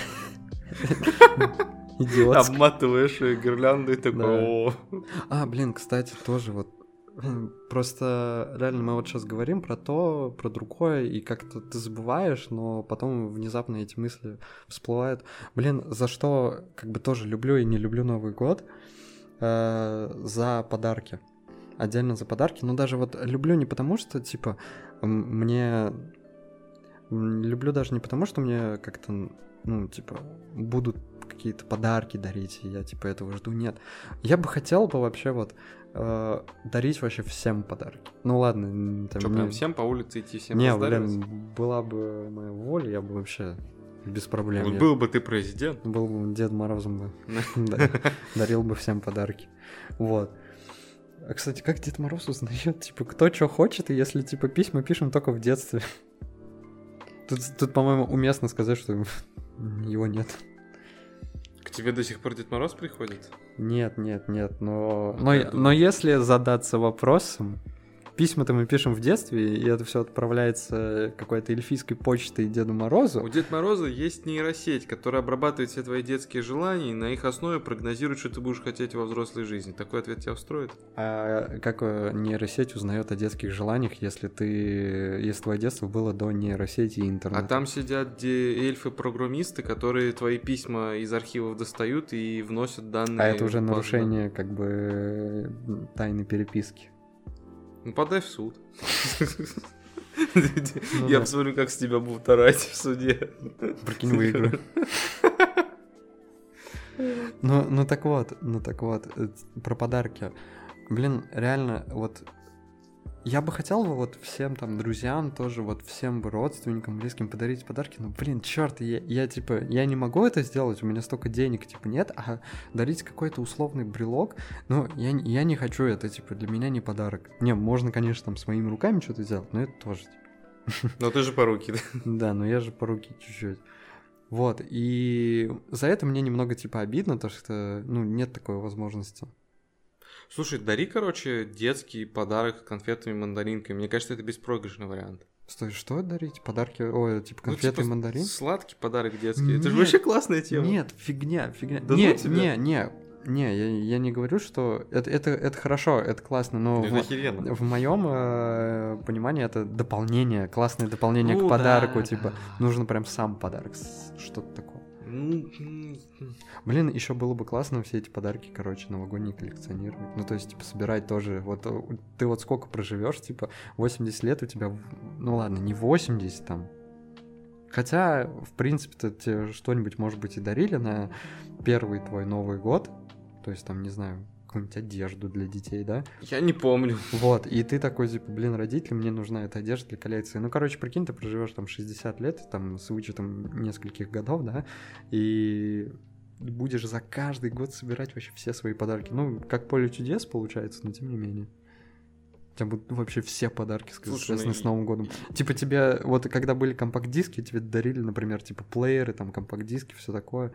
Идиотская. Обматываешь её гирляндой такой, Да. о. Блин, кстати, тоже вот. Просто реально мы вот сейчас говорим про то, про другое, и как-то ты забываешь, но потом внезапно эти мысли всплывают. Блин, за что как бы тоже люблю и не люблю Новый год? За подарки. Отдельно за подарки. Но даже вот люблю не потому, что, типа, мне... Люблю даже не потому, что мне как-то, ну, типа, будут какие-то подарки дарить, и я, типа, этого жду. Нет. Я бы хотел бы вообще вот дарить вообще всем подарки. Ну ладно. Там, Что, прям всем по улице идти, всем Не, раздаривать? блин, была бы моя воля, я бы вообще без проблем. Вот Я был бы ты президент. был бы Дед Морозом бы. Да, дарил бы всем подарки. Вот. А, кстати, как Дед Мороз узнает, типа, кто что хочет, и если, типа, письма пишем только в детстве? Тут, по-моему, уместно сказать, что его нет. К тебе до сих пор Дед Мороз приходит? Нет, но я думал. если задаться вопросом, письма-то мы пишем в детстве, и это все отправляется какой-то эльфийской почтой Деду Морозу. У Деда Мороза есть нейросеть, которая обрабатывает все твои детские желания и на их основе прогнозирует, что ты будешь хотеть во взрослой жизни. Такой ответ тебя устроит? А как нейросеть узнает о детских желаниях, если твое детство было до нейросети и интернета? А там сидят эльфы-программисты, которые твои письма из архивов достают и вносят данные. А это уже в базу нарушение, как бы, тайны переписки. Ну, подай в суд. Ну Я да. посмотрю, как с тебя будут орать в суде. Прикинь, выиграю. Ну так вот, про подарки. Блин, реально, вот я бы хотел бы вот всем там друзьям тоже, вот всем бы родственникам, близким подарить подарки, но, блин, черт, я типа, я не могу это сделать, у меня столько денег, типа, нет, а дарить какой-то условный брелок, ну, я не хочу, это, типа, для меня не подарок. Не, можно, конечно, там своими руками что-то сделать, но это тоже, типа. Но ты же по руки, да? Да, но я же по руке чуть-чуть. Вот, и за это мне немного, типа, обидно, то что, ну, нет такой возможности. Слушай, дари, короче, детский подарок с конфетами, мандаринками. Мне кажется, это беспроигрышный вариант. Стой, что дарить? Подарки, ой, типа, конфеты Ну, типа, и мандарин? сладкий подарок детский. Это же Нет, вообще классная тема. Нет, фигня. Да ну тебя. Не, я не говорю, что это хорошо, это классно, но Это охеренно. в моем понимании это дополнение, классное дополнение Ну к подарку, да, типа, да. нужно прям сам подарок, что-то такое. Ну, Блин, еще было бы классно все эти подарки, короче, новогодние коллекционировать. Ну, то есть, типа, собирать тоже. Вот ты вот сколько проживешь, типа, 80 лет у тебя, ну ладно, не 80 там. Хотя, в принципе-то, тебе что-нибудь, может быть, и дарили на первый твой Новый год. То есть, там, не знаю, какую-нибудь одежду для детей, да? я не помню. Вот, и ты такой, типа, блин, родители, мне нужна эта одежда для коллекции. Ну, короче, прикинь, ты проживешь там 60 лет, там, с вычетом нескольких годов, да, и будешь за каждый год собирать вообще все свои подарки. Ну, как поле чудес получается, но тем не менее. У тебя будут вообще все подарки, связанные с Новым годом. Типа тебе, вот когда были компакт-диски, тебе дарили, например, типа плееры, там, компакт-диски, все такое.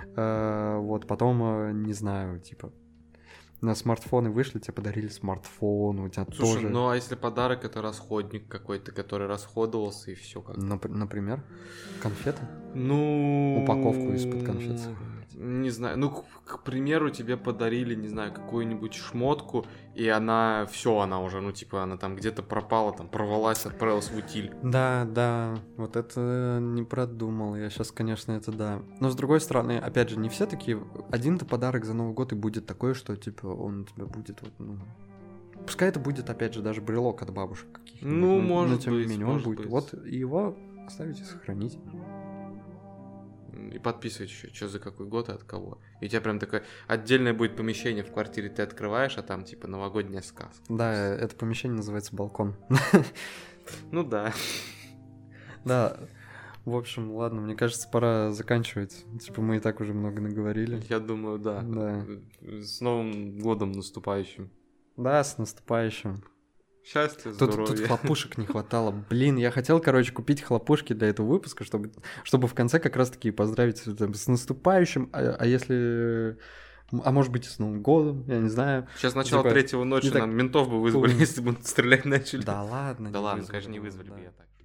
Вот, потом, не знаю, типа, на смартфоны вышли, тебе подарили смартфон, у тебя Слушай, тоже... ну а если подарок это расходник какой-то, который расходовался и все как? Например, конфеты? Ну... Упаковку из-под конфет. Не знаю, ну, к примеру, тебе подарили, не знаю, какую-нибудь шмотку, и она, все, она уже, ну, типа, она там где-то пропала, там, порвалась, отправилась в утиль. Да, вот это не продумал я сейчас, конечно, это да. Но с другой стороны, опять же, не все такие... Один-то подарок за Новый год и будет такой, что, типа, он у тебя будет вот, ну... Пускай это будет, опять же, даже брелок от бабушек каких-нибудь. Ну, но может тем не быть, менее, он может будет. быть. Вот и его оставить и сохранить. И подписывать еще, что за какой год и от кого. И у тебя прям такое отдельное будет помещение в квартире, ты открываешь, а там, типа, новогодняя сказка. Да, это помещение называется балкон. Ну да. Да, в общем, ладно, мне кажется, пора заканчивать. Типа, мы и так уже много наговорили. Я думаю, да. Да. С Новым годом наступающим. Да, с наступающим. Счастья, Тут здоровья. хлопушек не хватало. Блин, я хотел, короче, купить хлопушки для этого выпуска, чтобы в конце как раз-таки поздравить там, с наступающим. А если А может быть, и с Новым годом, я не знаю. Сейчас начало Типа, 3-го ночи, не так нам ментов бы вызвали, помню. если бы стрелять начали. Да ладно, Да не ладно, вызвали конечно, не бы, вызвали да. бы, я так.